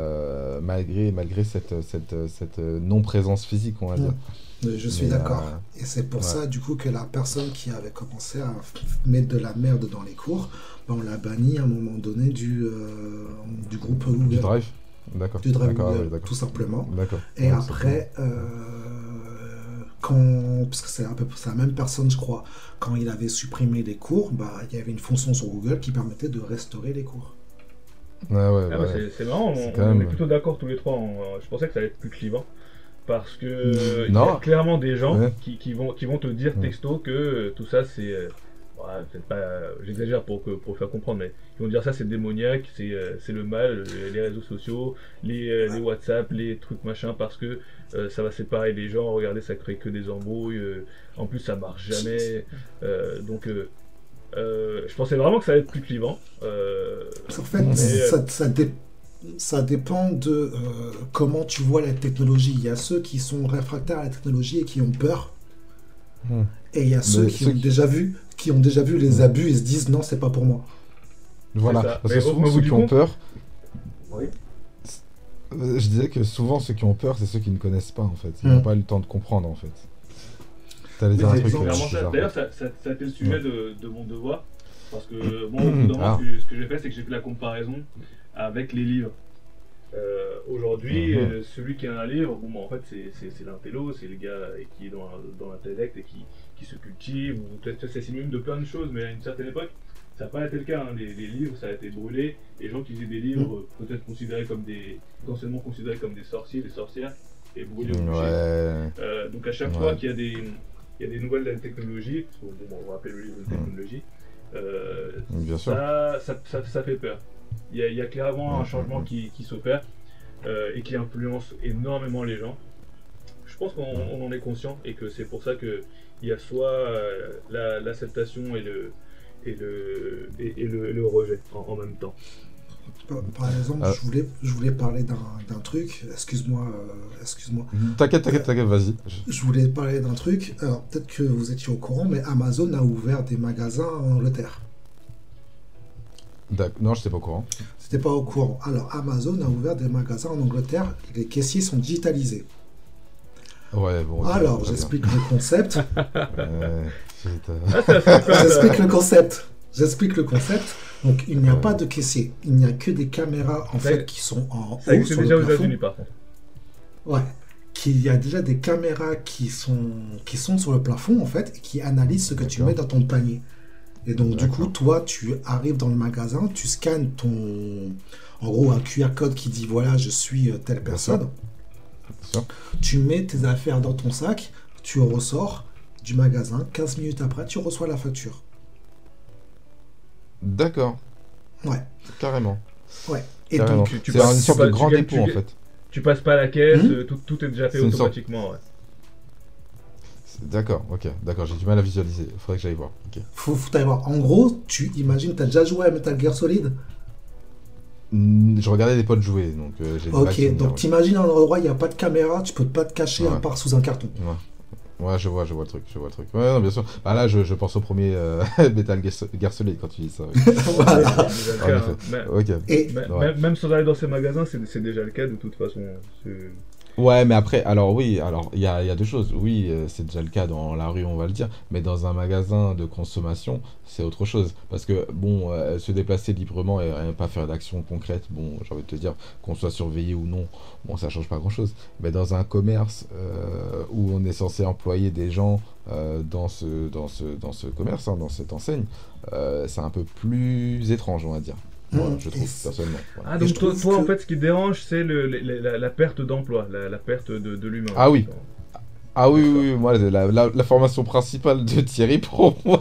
malgré cette non-présence physique, on va Mm. dire. Je suis Mais, d'accord. Et c'est pour ouais. ça, du coup, que la personne qui avait commencé à mettre de la merde dans les cours, bah, on l'a banni à un moment donné du groupe Du Google, drive? D'accord. du drive D'accord, ah Google, ouais, d'accord. tout simplement. D'accord. Et Ouais, après, parce que c'est un peu c'est la même personne, je crois, quand il avait supprimé les cours, bah, il y avait une fonction sur Google qui permettait de restaurer les cours. ouais, ouais, Ah bah, ouais. c'est marrant, C'est on, quand on même- est plutôt d'accord tous les trois. Je pensais que ça allait être plus clivant. Parce que il y Non. a clairement des gens Ouais. qui vont te dire Ouais. texto que tout ça c'est. Ouais, peut-être pas. J'exagère pour faire comprendre, mais ils vont dire ça c'est démoniaque, c'est le mal, les réseaux sociaux, les WhatsApp, les trucs machin, parce que ça va séparer les gens, regardez, ça crée que des embrouilles, en plus ça marche jamais. Donc je pensais vraiment que ça allait être plus clivant. En fait, Mais, ça dépend de comment tu vois la technologie. Il y a ceux qui sont réfractaires à la technologie et qui ont peur. Hmm. Et il y a ceux qui ont déjà vu les abus et se disent non, c'est pas pour moi. Voilà. ça. Parce Mais que au souvent, bout ceux du qui ont compte- peur, Oui. je disais que souvent, ceux qui ont peur, c'est ceux qui ne connaissent pas, en fait. Ils Hmm. n'ont pas eu le temps de comprendre, en fait. T'allais dire Oui, un c'est truc clairement Clairement ça. bizarre. D'ailleurs, ça a été le sujet de mon devoir. Parce que moi, au bout d'un moment, Ah. ce que j'ai fait, c'est que j'ai fait la comparaison avec les livres. Aujourd'hui, Mhm. celui qui a un livre, bon, bah, en fait, c'est l'intello, c'est le gars qui est dans l'intellect et qui se cultive, ou peut-être c'est synonyme de plein de choses, mais à une certaine époque, ça n'a pas été le cas. Hein. Les livres, ça a été brûlé. Les gens qui faisaient des livres, peut-être potentiellement considérés comme des sorciers, des sorcières, et brûlés au bûcher. Ouais. Donc à chaque Ouais. fois qu'il y a des nouvelles technologies, parce que, bon, on va appeler le livre une technologie, Bien sûr. ça fait peur. Il y a clairement un changement qui s'opère et qui influence énormément les gens. Je pense qu'on en est conscient et que c'est pour ça qu'il y a soit l'acceptation et le rejet en même temps. Par exemple, Ah. je voulais parler d'un truc. Excuse-moi. T'inquiète, vas-y. Je voulais parler d'un truc. Alors, peut-être que vous étiez au courant, mais Amazon a ouvert des magasins en Angleterre. Non, je n'étais pas au courant. C'était pas au courant. Alors, Amazon a ouvert des magasins en Angleterre. Les caissiers sont digitalisés. Ouais, bon. ok, Alors, très bien. j'explique le concept. Putain. Ah, ça fait peur, J'explique le concept. J'explique le concept. Donc, il n'y a pas de caissier. Il n'y a que des caméras, en Ça- fait, qui sont en Ça haut existe sur déjà le aux plafond. États-Unis par contre. Ouais. Qu'il y a déjà des caméras qui sont sur le plafond, en fait, et qui analysent ce que tu D'accord. mets dans ton panier. Et donc, du coup, D'accord. toi, tu arrives dans le magasin, tu scannes en gros, un QR code qui dit, voilà, je suis telle personne. Bien sûr. Tu mets tes affaires dans ton sac, tu ressors du magasin, 15 minutes après, tu reçois la facture. D'accord, Ouais. carrément. Ouais. Et Carrément. donc, tu C'est passes- une sorte tu de passes- grand tu gagnes- dépôt, tu en gagnes- fait. Tu passes pas la caisse, tout est déjà fait C'est une sorte- automatiquement. Ouais. D'accord, ok. D'accord, j'ai du mal à visualiser. Il faudrait que j'aille voir. Ok. faut aller voir. En gros, tu imagines, t'as déjà joué à Metal Gear Solid? Je regardais des potes jouer, donc j'ai du mal à Ok, souvenir, donc ouais. t'imagines un endroit, il n'y a pas de caméra, tu peux pas te cacher à Ouais. part sous un carton. Ouais, je vois le truc, Ouais, non, bien sûr. Bah là, je pense au premier Metal Gear Solid quand tu dis ça. Oui. Voilà. C'est déjà le En cas, effet. hein. Mais- Ok. Et mais- Ouais. Même sans aller dans ces magasins, c'est déjà le cas de toute façon. C'est- Ouais, mais après, alors oui, alors il y a deux choses. Oui, c'est déjà le cas dans la rue, on va le dire, mais dans un magasin de consommation, c'est autre chose. Parce que, bon, se déplacer librement et pas faire d'action concrète, bon, j'ai envie de te dire, qu'on soit surveillé ou non, bon, ça change pas grand-chose. Mais dans un commerce où on est censé employer des gens dans ce commerce, hein, dans cette enseigne, c'est un peu plus étrange, on va dire. Voilà, je Et trouve, personnellement. Voilà. Ah, Et je donc toi, trouve toi, en que- fait, ce qui te dérange, c'est la perte d'emploi, la perte de l'humain. Ah oui. Ah oui, D'accord. oui, oui, moi, la formation principale de Thierry, pour moi,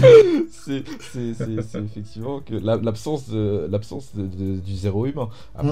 c'est effectivement que l'absence du zéro humain. Après,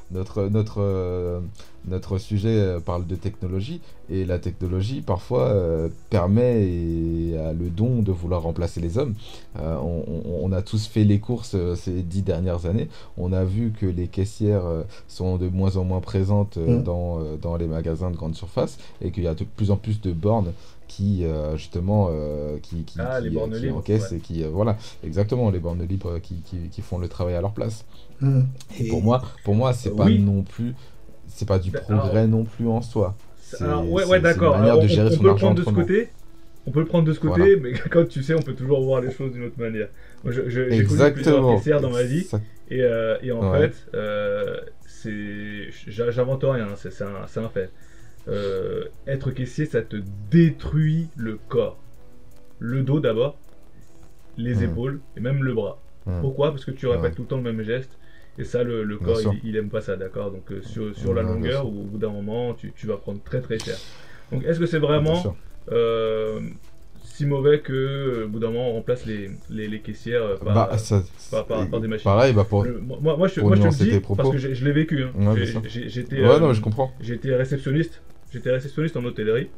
notre sujet parle de technologie, et la technologie, parfois, permet et a le don de vouloir remplacer les hommes. On a tous fait les courses ces 10 dernières années. On a vu que les caissières sont de moins en moins présentes dans les magasins de grande surface, et qu'il y a de plus en plus de bornes qui justement Les bornes qui libres, encaissent ouais. et qui voilà, exactement, les bornes libres qui font le travail à leur place. Et Et pour moi c'est pas Oui. non plus, c'est pas du Alors- progrès non plus en soi. Alors, ouais, C'est une d'accord. manière Alors, de gérer on son peut le argent prendre de ce autrement. côté. On peut le prendre de ce côté, Voilà. mais quand tu sais, on peut toujours voir les choses d'une autre manière. Moi, j'ai connu plusieurs Exactement. caissières dans ma vie, et en Ouais. fait, j'invente rien, hein, c'est un fait. Être caissier, ça te détruit le corps. Le dos d'abord, les épaules et même le bras. Pourquoi? Parce que tu répètes Ouais. tout le temps le même geste. Et ça, le Bien corps, sûr. il aime pas ça, d'accord? Donc, sur la Ouais, bien longueur, sûr. ou au bout d'un moment, tu vas prendre très très cher. Donc, est-ce que c'est Bien vraiment sûr. si mauvais que, au bout d'un moment, on remplace les caissières Bah, ça, par des machines? pareil, bah pour Moi, je te nuancer le tes dis propos. parce que je l'ai vécu. Hein. Ouais, bien sûr. J'étais Ouais, non, mais je comprends. j'étais réceptionniste. J'étais réceptionniste en hôtellerie.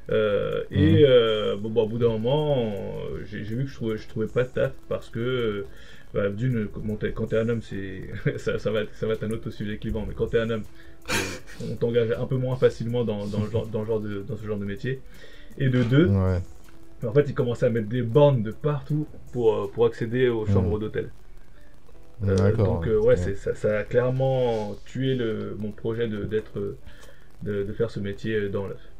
Bon, bah, au bout d'un moment, j'ai vu que je trouvais pas de taf parce que, d'une, quand t'es un homme, ça va être un autre sujet clivant, mais quand t'es un homme, on t'engage un peu moins facilement dans ce genre de métier. Et de deux, Ouais. en fait, ils commençaient à mettre des bornes de partout pour accéder aux chambres d'hôtel. D'accord. Donc, ouais, ça a clairement tué mon projet de faire ce métier dans l'œuf.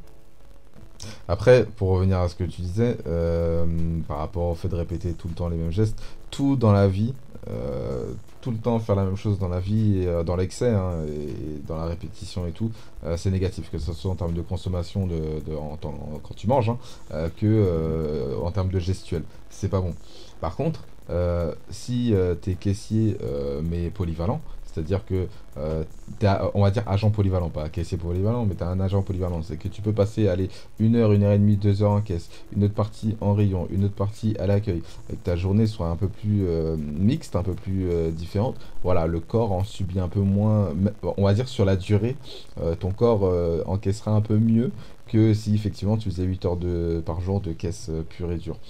Après, pour revenir à ce que tu disais, par rapport au fait de répéter tout le temps les mêmes gestes, tout dans la vie, tout le temps faire la même chose dans la vie, et, dans l'excès, hein, et dans la répétition et tout, c'est négatif, que ce soit en termes de consommation quand tu manges, hein, que en termes de gestuelle. C'est pas bon. Par contre, si t'es caissier mais polyvalent, c'est-à-dire que on va dire agent polyvalent, pas caissier polyvalent, mais tu as un agent polyvalent. C'est que tu peux passer, allez, 1 heure, 1 heure et demie, 2 heures en caisse, une autre partie en rayon, une autre partie à l'accueil, et que ta journée soit un peu plus mixte, un peu plus différente. Voilà, le corps en subit un peu moins, on va dire sur la durée, ton corps encaissera un peu mieux que si effectivement tu faisais 8 heures par jour de caisse pure et dure.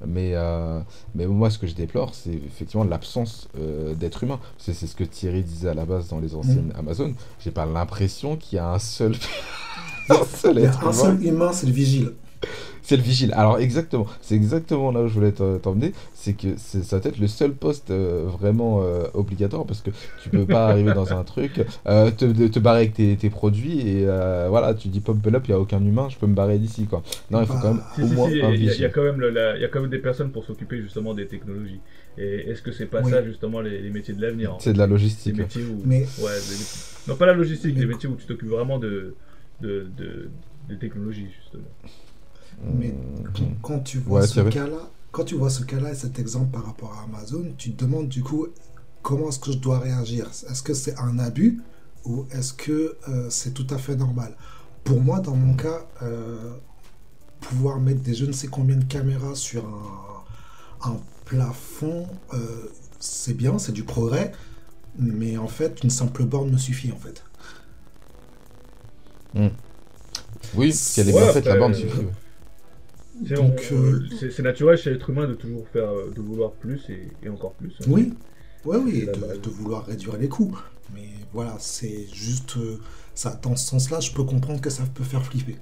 Mais moi, ce que je déplore, c'est effectivement l'absence d'être humain. C'est ce que Thierry disait à la base dans les anciennes Amazon. J'ai pas l'impression qu'il y a un seul, un seul il y a être un humain. seul humain, c'est le vigile. C'est le vigile. Alors exactement, c'est exactement là où je voulais t'emmener. C'est que ça va être le seul poste vraiment obligatoire, parce que tu peux pas arriver dans un truc, te barrer avec tes produits, et voilà, tu dis pop up, il y a aucun humain, je peux me barrer d'ici, quoi. Non, il faut quand même Si, au moins un il y a vigile. quand même il y a quand même des personnes pour s'occuper justement des technologies. Et est-ce que c'est pas Oui. ça justement les métiers de l'avenir, en C'est fait? de la Les logistique. métiers où... Mais- Ouais, non, pas la logistique, Mais- les métiers où tu t'occupes vraiment de technologies, justement. Mais quand tu vois Ouais, ce Thierry. cas-là, quand tu vois ce cas-là et cet exemple par rapport à Amazon, tu te demandes du coup comment est-ce que je dois réagir. Est-ce que c'est un abus ou est-ce que c'est tout à fait normal? Pour moi, dans mon cas, pouvoir mettre des je ne sais combien de caméras sur un plafond, c'est bien, c'est du progrès, mais en fait, une simple borne me suffit en fait. Oui, si elle est Ouais, bien faite, la après, borne suffit. Ouais. Donc, C'est naturel chez l'être humain de toujours faire, de vouloir plus et encore plus. Hein. Oui, oui, C'est la base. de vouloir réduire les coûts. Mais voilà, c'est juste ça. Dans ce sens-là, je peux comprendre que ça peut faire flipper.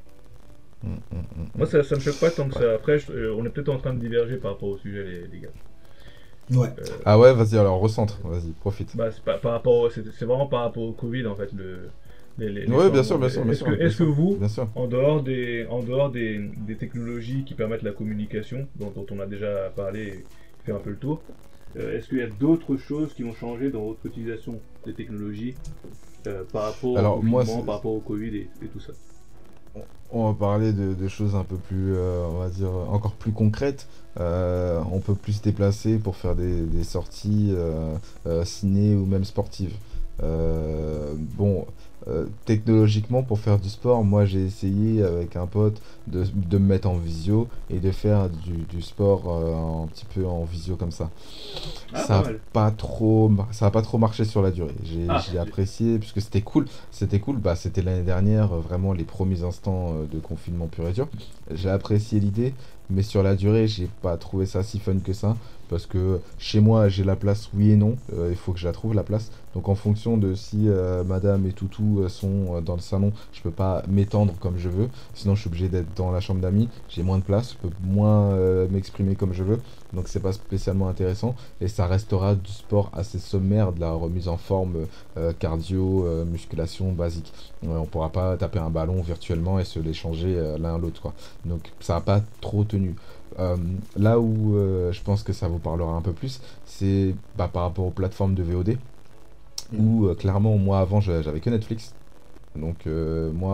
Moi, ça me choque pas tant que ça. Après, on est peut-être en train de diverger par rapport au sujet, les gars. Ouais. Ah ouais, vas-y, alors recentre, vas-y, profite. Bah, c'est pas, par rapport, c'est vraiment par rapport au Covid, en fait, les Ouais, bien changements. sûr, bien sûr, bien sûr, bien Est-ce que sûr, vous, bien sûr. en dehors des technologies qui permettent la communication, dont on a déjà parlé et qui fait un peu le tour, est-ce qu'il y a d'autres choses qui ont changé dans votre utilisation des technologies par rapport au Alors moi, confinement, par rapport au Covid et tout ça? on va parler de choses un peu plus, on va dire, encore plus concrètes. On peut plus se déplacer pour faire des sorties ciné ou même sportives. Bon, technologiquement, pour faire du sport, moi j'ai essayé avec un pote de me mettre en visio et de faire du sport un petit peu en visio comme ça. Ah, pas mal. Ça a pas trop marché sur la durée. J'ai apprécié puisque c'était cool. C'était cool. Bah, c'était l'année dernière, vraiment les premiers instants de confinement pur et dur. J'ai apprécié l'idée, mais sur la durée, j'ai pas trouvé ça si fun que ça. Parce que chez moi, j'ai la place, oui et non. Il faut que je la trouve, la place. Donc, en fonction de si madame et toutou sont dans le salon, je peux pas m'étendre comme je veux. Sinon, je suis obligé d'être dans la chambre d'amis. J'ai moins de place, je peux moins m'exprimer comme je veux. Donc, c'est pas spécialement intéressant. Et ça restera du sport assez sommaire, de la remise en forme cardio, musculation basique. On pourra pas taper un ballon virtuellement et se l'échanger l'un à l'autre, quoi. Donc, ça n'a pas trop tenu. Là où je pense que ça vous parlera un peu plus, c'est par rapport aux plateformes de VOD, où clairement, moi avant, j'avais que Netflix. Donc moi,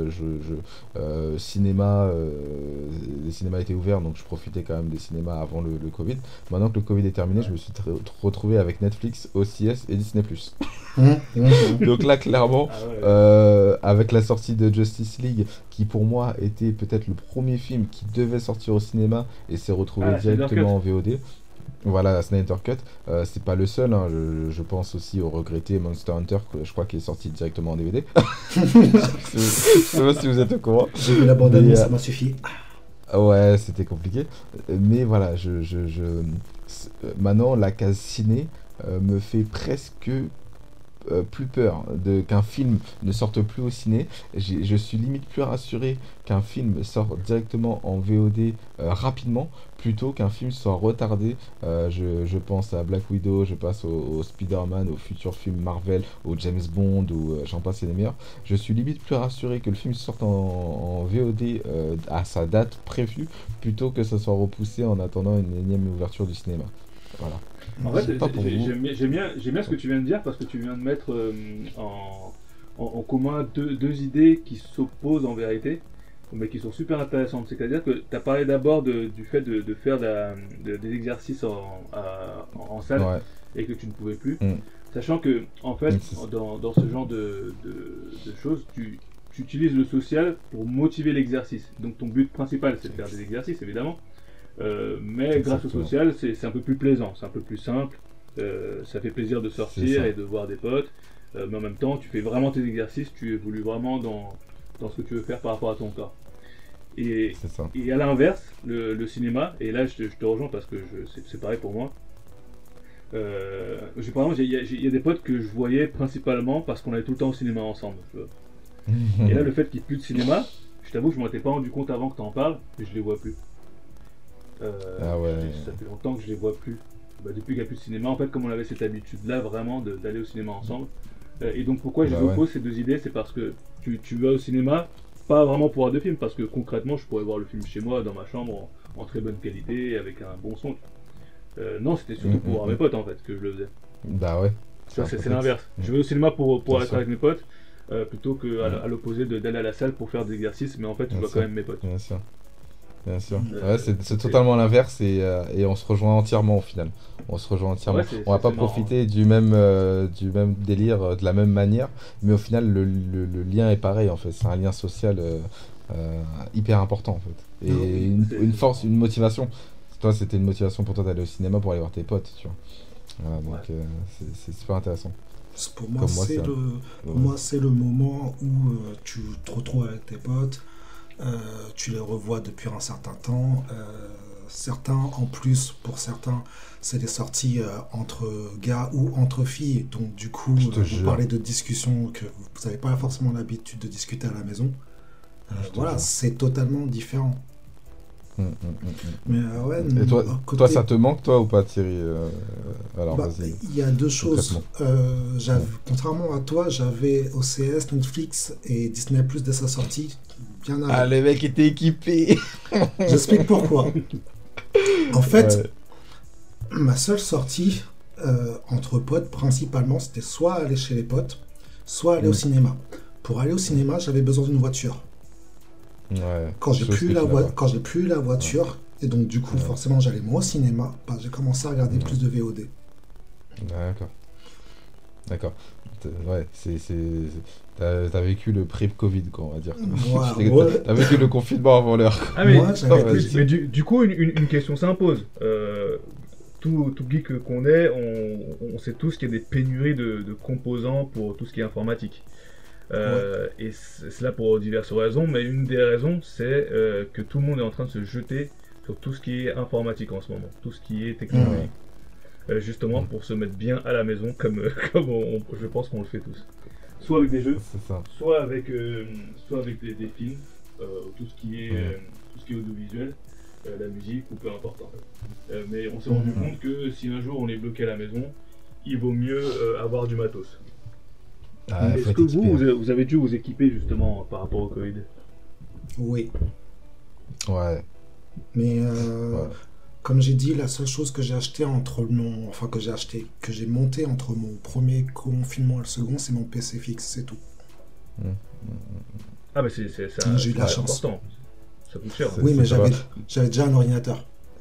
cinéma, les cinémas étaient ouverts, donc je profitais quand même des cinémas avant le Covid. Maintenant que le Covid est terminé, je me suis retrouvé avec Netflix, OCS et Disney+. Donc là, clairement, Ah ouais. avec la sortie de Justice League, qui pour moi était peut-être le premier film qui devait sortir au cinéma et s'est retrouvé Ah, Snyder directement en VOD. Voilà, la Snyder Cut. C'est pas le seul, hein. Je pense aussi au regretté Monster Hunter, que je crois qu'il est sorti directement en DVD. Je sais pas si vous êtes au courant. J'ai vu la bande-annonce, Mais, ça m'a suffi. ouais, c'était compliqué. Mais voilà, maintenant, la case ciné me fait presque plus peur qu'un film ne sorte plus au ciné. Je suis limite plus rassuré qu'un film sorte directement en VOD rapidement plutôt qu'un film soit retardé. Je pense à Black Widow, je passe au Spider-Man, aux futurs films Marvel, au James Bond, ou j'en passe et des meilleurs. Je suis limite plus rassuré que le film sorte en VOD à sa date prévue plutôt que ça soit repoussé en attendant une énième ouverture du cinéma. Voilà. En fait, Je sais pas pour vous. j'aime bien ce que tu viens de dire parce que tu viens de mettre en commun deux idées qui s'opposent en vérité, mais qui sont super intéressantes. C'est-à-dire que tu as parlé d'abord du fait de faire des exercices en salle Ouais. et que tu ne pouvais plus. Mm. Sachant que, en fait, C'est- dans ce genre de choses, tu utilises le social pour motiver l'exercice. Donc ton but principal, c'est de faire des exercices, évidemment. Mais grâce au Exactement. social, c'est un peu plus plaisant, c'est un peu plus simple. Ça fait plaisir de C'est sortir ça. et de voir des potes. Mais en même temps, tu fais vraiment tes exercices, tu évolues vraiment dans ce que tu veux faire par rapport à ton corps. Et, C'est ça. et à l'inverse, le cinéma, et là je te rejoins parce que c'est pareil pour moi. Par exemple, il y a des potes que je voyais principalement parce qu'on allait tout le temps au cinéma ensemble. Tu vois. Et là, le fait qu'il n'y ait plus de cinéma, je t'avoue que je m'en étais pas rendu compte avant que tu en parles, mais je les vois plus. Ah ouais. Ça fait longtemps que je les vois plus. Depuis qu'il n'y a plus de cinéma, en fait, comme on avait cette habitude-là vraiment d'aller au cinéma ensemble. Et donc pourquoi je Bah vous ouais. oppose ces deux idées, c'est parce que tu vas au cinéma, pas vraiment pour voir de films, parce que concrètement, je pourrais voir le film chez moi, dans ma chambre, en très bonne qualité, avec un bon son. Non, c'était surtout pour voir mes potes en fait que je le faisais. Bah ouais. Ça, un c'est peu l'inverse. ça. Je vais au cinéma pour Bien être sûr. avec mes potes, plutôt que à l'opposé d'aller à la salle pour faire des exercices, mais en fait, je Bien vois sûr. quand même mes potes. Bien sûr. Bien sûr. Euh, Ouais, c'est totalement l'inverse et on se rejoint entièrement au final. On se rejoint entièrement. Ouais, On va pas c'est marrant. profiter du même délire de la même manière, mais au final le lien est pareil en fait. C'est un lien social hyper important en fait. Et une force, une motivation. Toi, c'était une motivation pour toi d'aller au cinéma pour aller voir tes potes, tu vois. Voilà, donc Ouais. c'est super intéressant. Pour moi, Comme moi, c'est c'est un- pour Ouais. moi, c'est le moment où tu te retrouves avec tes potes, tu les revois depuis un certain temps. Certains, en plus, pour certains, c'est des sorties entre gars ou entre filles. Donc, du coup, Je te vous jure. parlez de discussions que vous n'avez pas forcément l'habitude de discuter à la maison. Je te Voilà, jure. c'est totalement différent. Mais ouais, Et toi, côté- toi, ça te manque, toi, ou pas, Thierry? Alors, bah, vas-y. il y a deux choses. concrètement. Contrairement à toi, j'avais OCS, Netflix et Disney Plus dès sa sortie, bien avant. Ah, le mec était équipé. J'explique pourquoi. En fait, Ouais. ma seule sortie entre potes, principalement, c'était soit aller chez les potes, soit aller au cinéma. Pour aller au cinéma, j'avais besoin d'une voiture. Ouais. Quand j'ai Chose plus que la tu n'as voi- pas. quand j'ai plus la voiture, et donc du coup, forcément, j'allais moi au cinéma, bah, j'ai commencé à regarder plus de VOD. D'accord. D'accord. Ouais, t'as vécu le pré-Covid, quoi, on va dire. Voilà, T'as ouais. t'as vécu le confinement avant l'heure, quoi. Ah, mais, Moi, j'avais Ouais, plus- mais du coup, une question s'impose. Tout geek qu'on est, on sait tous qu'il y a des pénuries de composants pour tout ce qui est informatique. Et c'est là pour diverses raisons, mais une des raisons, c'est que tout le monde est en train de se jeter sur tout ce qui est informatique en ce moment, tout ce qui est technologie. Justement pour se mettre bien à la maison, comme je pense qu'on le fait tous. Soit avec des jeux, C'est ça. soit avec des films, tout ce qui est audiovisuel, la musique ou peu importe en fait. Mais on s'est rendu compte que si un jour on est bloqué à la maison, il vaut mieux avoir du matos. Ah, faut Est-ce être que équipé, vous avez dû vous équiper justement par rapport au Covid? Oui. hein. Ouais. Mais Ouais. comme j'ai dit, la seule chose que j'ai acheté que j'ai monté entre mon premier confinement et le second, c'est mon PC fixe, c'est tout. Ah mais c'est J'ai eu de la c'est chance. important. Ça coûte cher. C'est- Oui, mais ça va. j'avais déjà un ordinateur.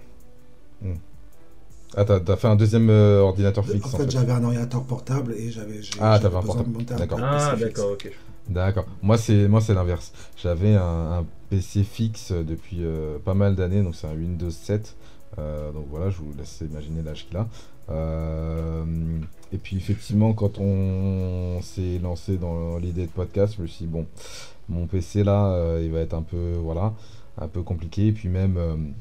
Ah, t'as fait un deuxième ordinateur fixe, En fait, j'avais un ordinateur portable et j'avais Ah, j'avais t'avais un besoin portable. de monter un D'accord. PC Ah fixe. d'accord, ok. D'accord. Moi, c'est l'inverse. J'avais un PC fixe depuis pas mal d'années, donc c'est un Windows 7. Donc voilà, je vous laisse imaginer l'âge qu'il a. Et puis effectivement, quand on s'est lancé dans l'idée de podcast, je me suis dit, bon, mon PC là, il va être un peu, voilà, un peu compliqué. Et puis même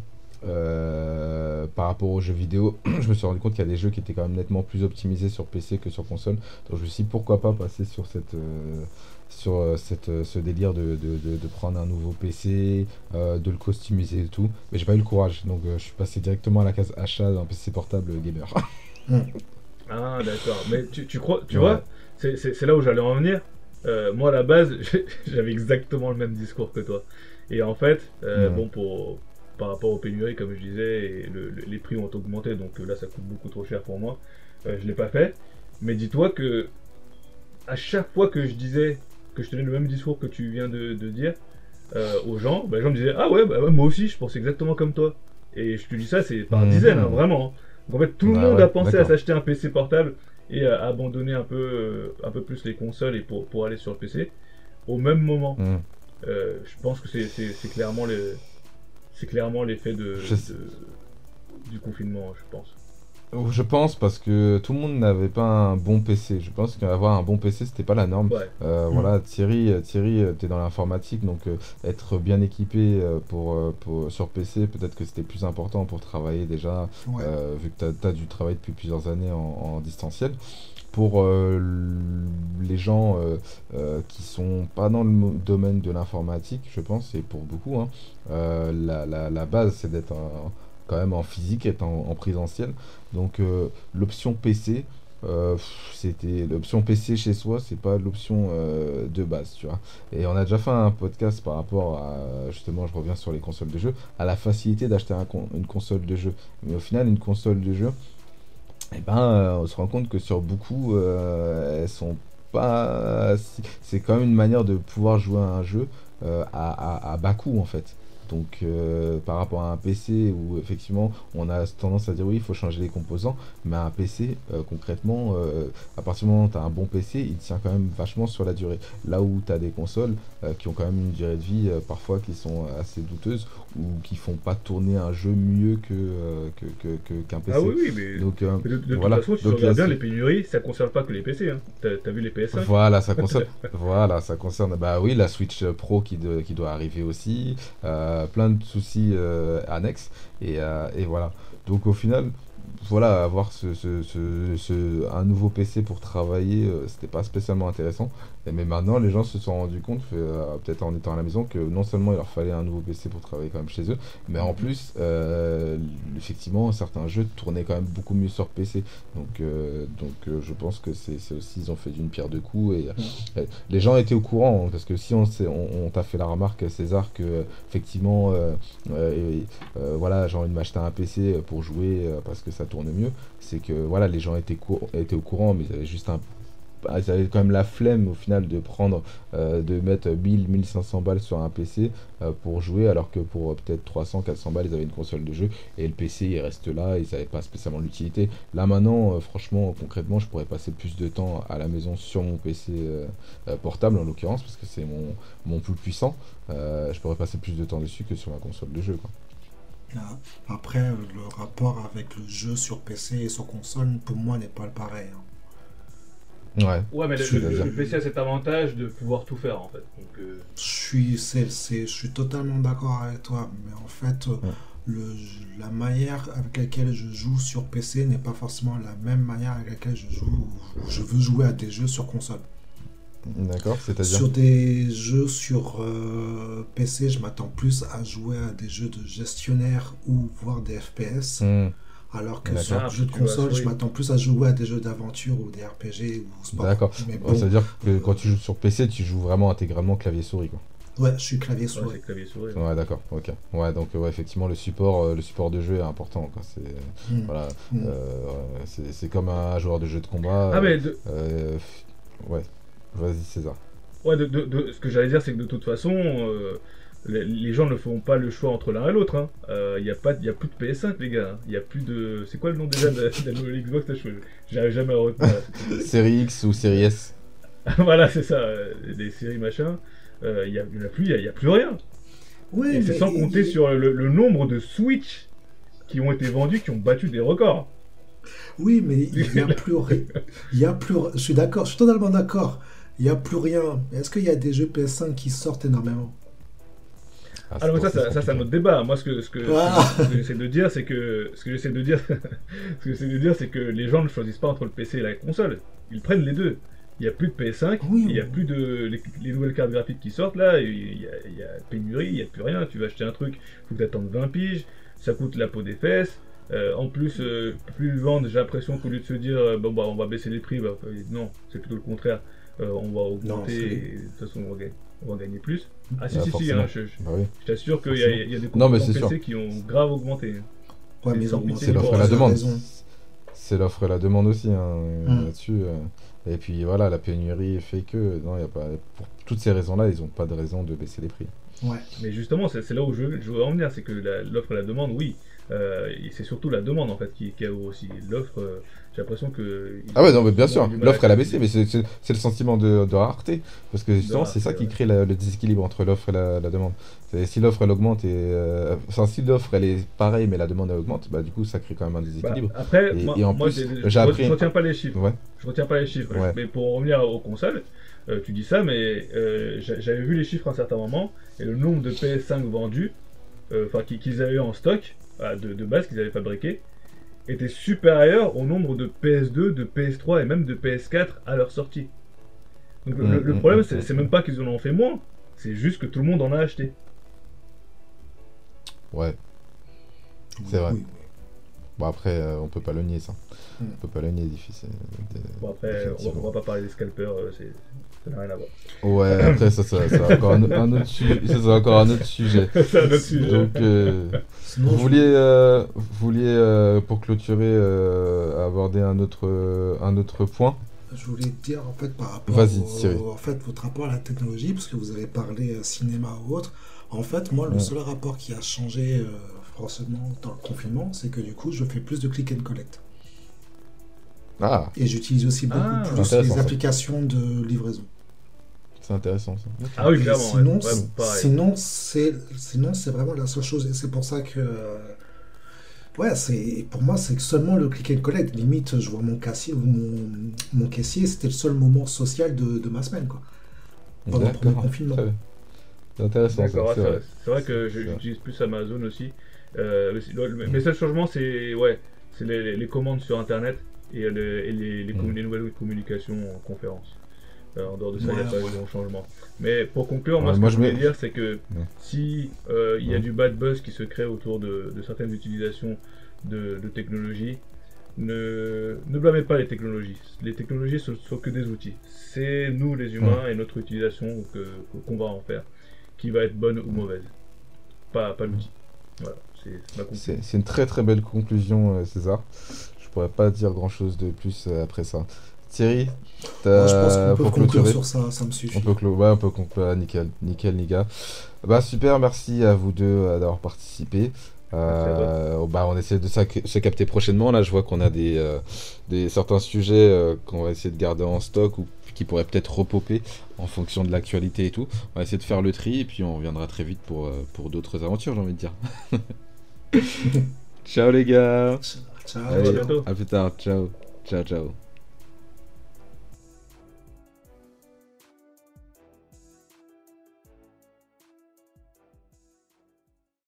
par rapport aux jeux vidéo, je me suis rendu compte qu'il y a des jeux qui étaient quand même nettement plus optimisés sur PC que sur console. Donc je me suis dit, pourquoi pas passer sur ce délire de prendre un nouveau PC, de le customiser et tout. Mais j'ai pas eu le courage, donc je suis passé directement à la case achat d'un PC portable gamer. Ah d'accord. Mais tu crois, tu Ouais. vois, c'est là où j'allais en venir. Moi à la base, j'avais exactement le même discours que toi. Et en fait, bon par rapport aux pénuries, comme je disais, et les prix ont augmenté, donc là ça coûte beaucoup trop cher pour moi. Je l'ai pas fait. Mais dis-toi que à chaque fois que je disais que je tenais le même discours que tu viens de dire aux gens, bah, les gens me disaient ah ouais, bah ouais, moi aussi je pense exactement comme toi. Et je te dis ça, c'est par dizaines, hein, vraiment. Donc en fait tout le Bah monde ouais, a pensé à d'accord. s'acheter un PC portable et à abandonner un peu plus les consoles et pour aller sur le PC au même moment. Je pense que c'est clairement l'effet du confinement, je pense. Je pense parce que tout le monde n'avait pas un bon PC. Je pense qu'avoir un bon PC, c'était pas la norme. Ouais. Voilà, Thierry, t'es dans l'informatique, donc être bien équipé sur PC, peut-être que c'était plus important pour travailler déjà, Ouais. vu que t'as dû travailler depuis plusieurs années en distanciel. Pour les gens qui sont pas dans le domaine de l'informatique, je pense, et pour beaucoup, hein, la base, c'est d'être quand même en physique, être en présentiel. Donc l'option PC, c'était l'option PC chez soi, c'est pas l'option de base, tu vois. Et on a déjà fait un podcast par rapport à, justement, je reviens sur les consoles de jeu, à la facilité d'acheter une console de jeu. Mais au final, une console de jeu, eh ben, on se rend compte que sur beaucoup, elles sont pas. C'est quand même une manière de pouvoir jouer à un jeu à bas coût en fait. Donc par rapport à un PC où effectivement on a tendance à dire oui il faut changer les composants, mais un PC concrètement à partir du moment où tu as un bon PC il tient quand même vachement sur la durée. Là où tu as des consoles qui ont quand même une durée de vie parfois qui sont assez douteuses ou qui font pas tourner un jeu mieux qu'un PC. Ah oui, oui, mais, Donc, mais de voilà. toute façon, tu Donc, regardes bien là, les pénuries, ça concerne pas que les PC. Hein. T'as vu les PS5? Voilà, ça concerne. Voilà, ça concerne. Bah oui, la Switch Pro qui doit arriver aussi. Plein de soucis annexes. Et voilà. Donc au final, voilà, avoir un nouveau PC pour travailler, c'était pas spécialement intéressant. Mais maintenant, les gens se sont rendus compte, peut-être en étant à la maison, que non seulement il leur fallait un nouveau PC pour travailler quand même chez eux, mais en plus, effectivement, certains jeux tournaient quand même beaucoup mieux sur PC. Je pense que c'est aussi, ils ont fait d'une pierre deux coups. Et les gens étaient au courant, hein, parce que si on t'a fait la remarque, César, que effectivement, voilà, j'ai envie de m'acheter un PC pour jouer parce que ça tourne mieux, c'est que voilà, les gens étaient au courant, mais ils avaient juste ils avaient quand même la flemme au final de mettre 1000-1500 balles sur un PC pour jouer, alors que pour peut-être 300-400 balles, ils avaient une console de jeu, et le PC il reste là, ils n'avaient pas spécialement l'utilité. Là maintenant, franchement, concrètement, je pourrais passer plus de temps à la maison sur mon PC portable en l'occurrence, parce que c'est mon plus puissant. Je pourrais passer plus de temps dessus que sur ma console de jeu, quoi. Après, le rapport avec le jeu sur PC et sur console, pour moi, n'est pas le pareil, hein. Ouais, mais C'est-à-dire le PC a cet avantage de pouvoir tout faire en fait. Donc, Je suis totalement d'accord avec toi, mais en fait, la manière avec laquelle je joue sur PC n'est pas forcément la même manière avec laquelle je veux jouer à des jeux sur console. D'accord, c'est-à-dire Sur des jeux sur PC, je m'attends plus à jouer à des jeux de gestionnaire ou voire des FPS. Alors que D'accord. sur des jeux de console, je m'attends plus à jouer à des jeux d'aventure ou des RPG ou sport. D'accord. Mais Ouais, bon, c'est-à-dire que quand tu joues sur PC, tu joues vraiment intégralement clavier-souris, quoi. ouais, je suis clavier ouais, souris. c'est clavier souris. Ouais, d'accord, ok. Ouais, donc ouais, effectivement, le support de jeu est important, quoi. Voilà, c'est comme un joueur de jeu de combat. Ah, mais Ouais, vas-y, César. ouais, ce que j'allais dire, c'est que de toute façon, les gens ne font pas le choix entre l'un et l'autre. Hein. Y a plus de PS5, les gars. Il y a plus de. C'est quoi le nom déjà de la nouvelle Xbox là, j'arrive jamais à retenir. Série X ou série S? Voilà, c'est ça. Des séries machin. Il y en a plus, il y a plus rien. Oui, Et c'est sans compter sur le nombre de Switch qui ont été vendus, qui ont battu des records. Oui, mais il n'y a plus rien. Je suis d'accord, je suis totalement d'accord. Il n'y a plus rien. Est-ce qu'il y a des jeux PS5 qui sortent énormément? Ah non, mais ça c'est un autre débat. Moi, ce que j'essaie de dire, c'est que c'est que les gens ne choisissent pas entre le PC et la console. Ils prennent les deux. Il n'y a plus de PS5, Oui, il n'y a plus de les nouvelles cartes graphiques qui sortent là. Il y a pénurie, il n'y a plus rien. Tu vas acheter un truc, il faut que tu attendes 20 piges. Ça coûte la peau des fesses. En plus, plus ils vendent, j'ai l'impression qu'au lieu de se dire on va baisser les prix, non, c'est plutôt le contraire. On va augmenter et de toute façon on va gagner plus. Ah si, forcément. je Bah oui. t'assure qu'il y a des Non, mais composants c'est sûr. PC qui ont grave augmenté. Ouais, mais ils ont C'est C'est augmenté l'offre pour et la raison. demande. C'est l'offre et la demande aussi, hein, là-dessus. Et puis voilà, la pénurie fait que, non, y a pas, pour toutes ces raisons-là, ils n'ont pas de raison de baisser les prix. Ouais. Mais justement, c'est là où je veux en venir, c'est que l'offre et la demande, oui. Et c'est surtout la demande en fait qui a aussi. L'offre, j'ai l'impression que. Ah ouais, non, mais bien ils ont sûr, du mal l'offre à elle a baissé, mais c'est le sentiment de rareté. Parce que justement, c'est ça rareté, qui crée le déséquilibre entre l'offre et la demande. Si l'offre elle augmente si l'offre elle est pareille, mais la demande elle augmente, bah du coup ça crée quand même un déséquilibre. Après, Et en moi plus, je j'ai appris. je retiens pas les chiffres. Ouais. Je retiens pas les chiffres. Ouais. Mais pour en revenir aux consoles, tu dis ça, mais j'avais vu les chiffres à un certain moment, et le nombre de PS5 vendus, qu'ils avaient eu en stock, de base qu'ils avaient fabriqué, était supérieur au nombre de PS2, de PS3 et même de PS4 à leur sortie. Donc le problème, c'est même pas qu'ils en ont fait moins, c'est juste que tout le monde en a acheté. Ouais, c'est vrai. Oui. Bon après, on peut pas le nier ça. Mm. On peut pas le nier, difficile. Bon après, Effectivement. on va pas parler des scalpers, ça n'a rien à voir. Ouais, après ça c'est encore un autre sujet. Ça, c'est encore un autre sujet. C'est un autre sujet. Donc, Sinon, vous vouliez pour clôturer aborder un autre point. je voulais te dire en fait par rapport Vas-y, Thierry. en fait votre rapport à la technologie, parce que vous avez parlé cinéma ou autre. En fait, moi, le seul rapport qui a changé forcément dans le confinement, c'est que du coup, je fais plus de click and collect. Ah, Et j'utilise aussi beaucoup plus intéressant, les ça. applications de livraison. c'est intéressant ça. Ah oui, Et clairement. sinon, ouais, pareil. sinon c'est vraiment la seule chose. Et c'est pour ça que ouais, pour moi, c'est seulement le click and collect. Limite, je vois mon caissier, mon caissier, c'était le seul moment social de ma semaine, quoi. Pendant le premier D'accord, confinement. très bien. C'est intéressant D'accord, ça, c'est vrai. c'est vrai que j'utilise plus Amazon aussi. Mes seuls changements, c'est les commandes sur Internet et les nouvelles communications en conférence. En dehors de ça, il n'y a Ouais, pas eu ouais. de grand changement. Mais pour conclure, moi, Ouais, ce moi, que je je mets- voulais dire, c'est que Ouais. si il y a Ouais. du bad buzz qui se crée autour de certaines utilisations de technologies, ne blâmez pas les technologies. Les technologies ne sont que des outils. C'est nous, les humains, et notre utilisation qu'on va en faire, qui va être bonne ou mauvaise. Pas l'outil. Voilà, c'est ma conclusion. C'est une très très belle conclusion, César. Je pourrais pas dire grand chose de plus après ça. Thierry, Moi, je pense qu'on peut pour conclure clôturer, sur ça, ça me suffit. on peut ouais, on peut conclure. Ah, nickel, nickel, les gars. Bah super, merci à vous deux d'avoir participé. On essaie de se capter prochainement. Là, je vois qu'on a des certains sujets qu'on va essayer de garder en stock ou qui pourraient peut-être repopper en fonction de l'actualité et tout. On va essayer de faire le tri et puis on reviendra très vite pour d'autres aventures, j'ai envie de dire. Ciao les gars. Ciao. Allez, à bientôt. À plus tard. Ciao. Ciao, ciao.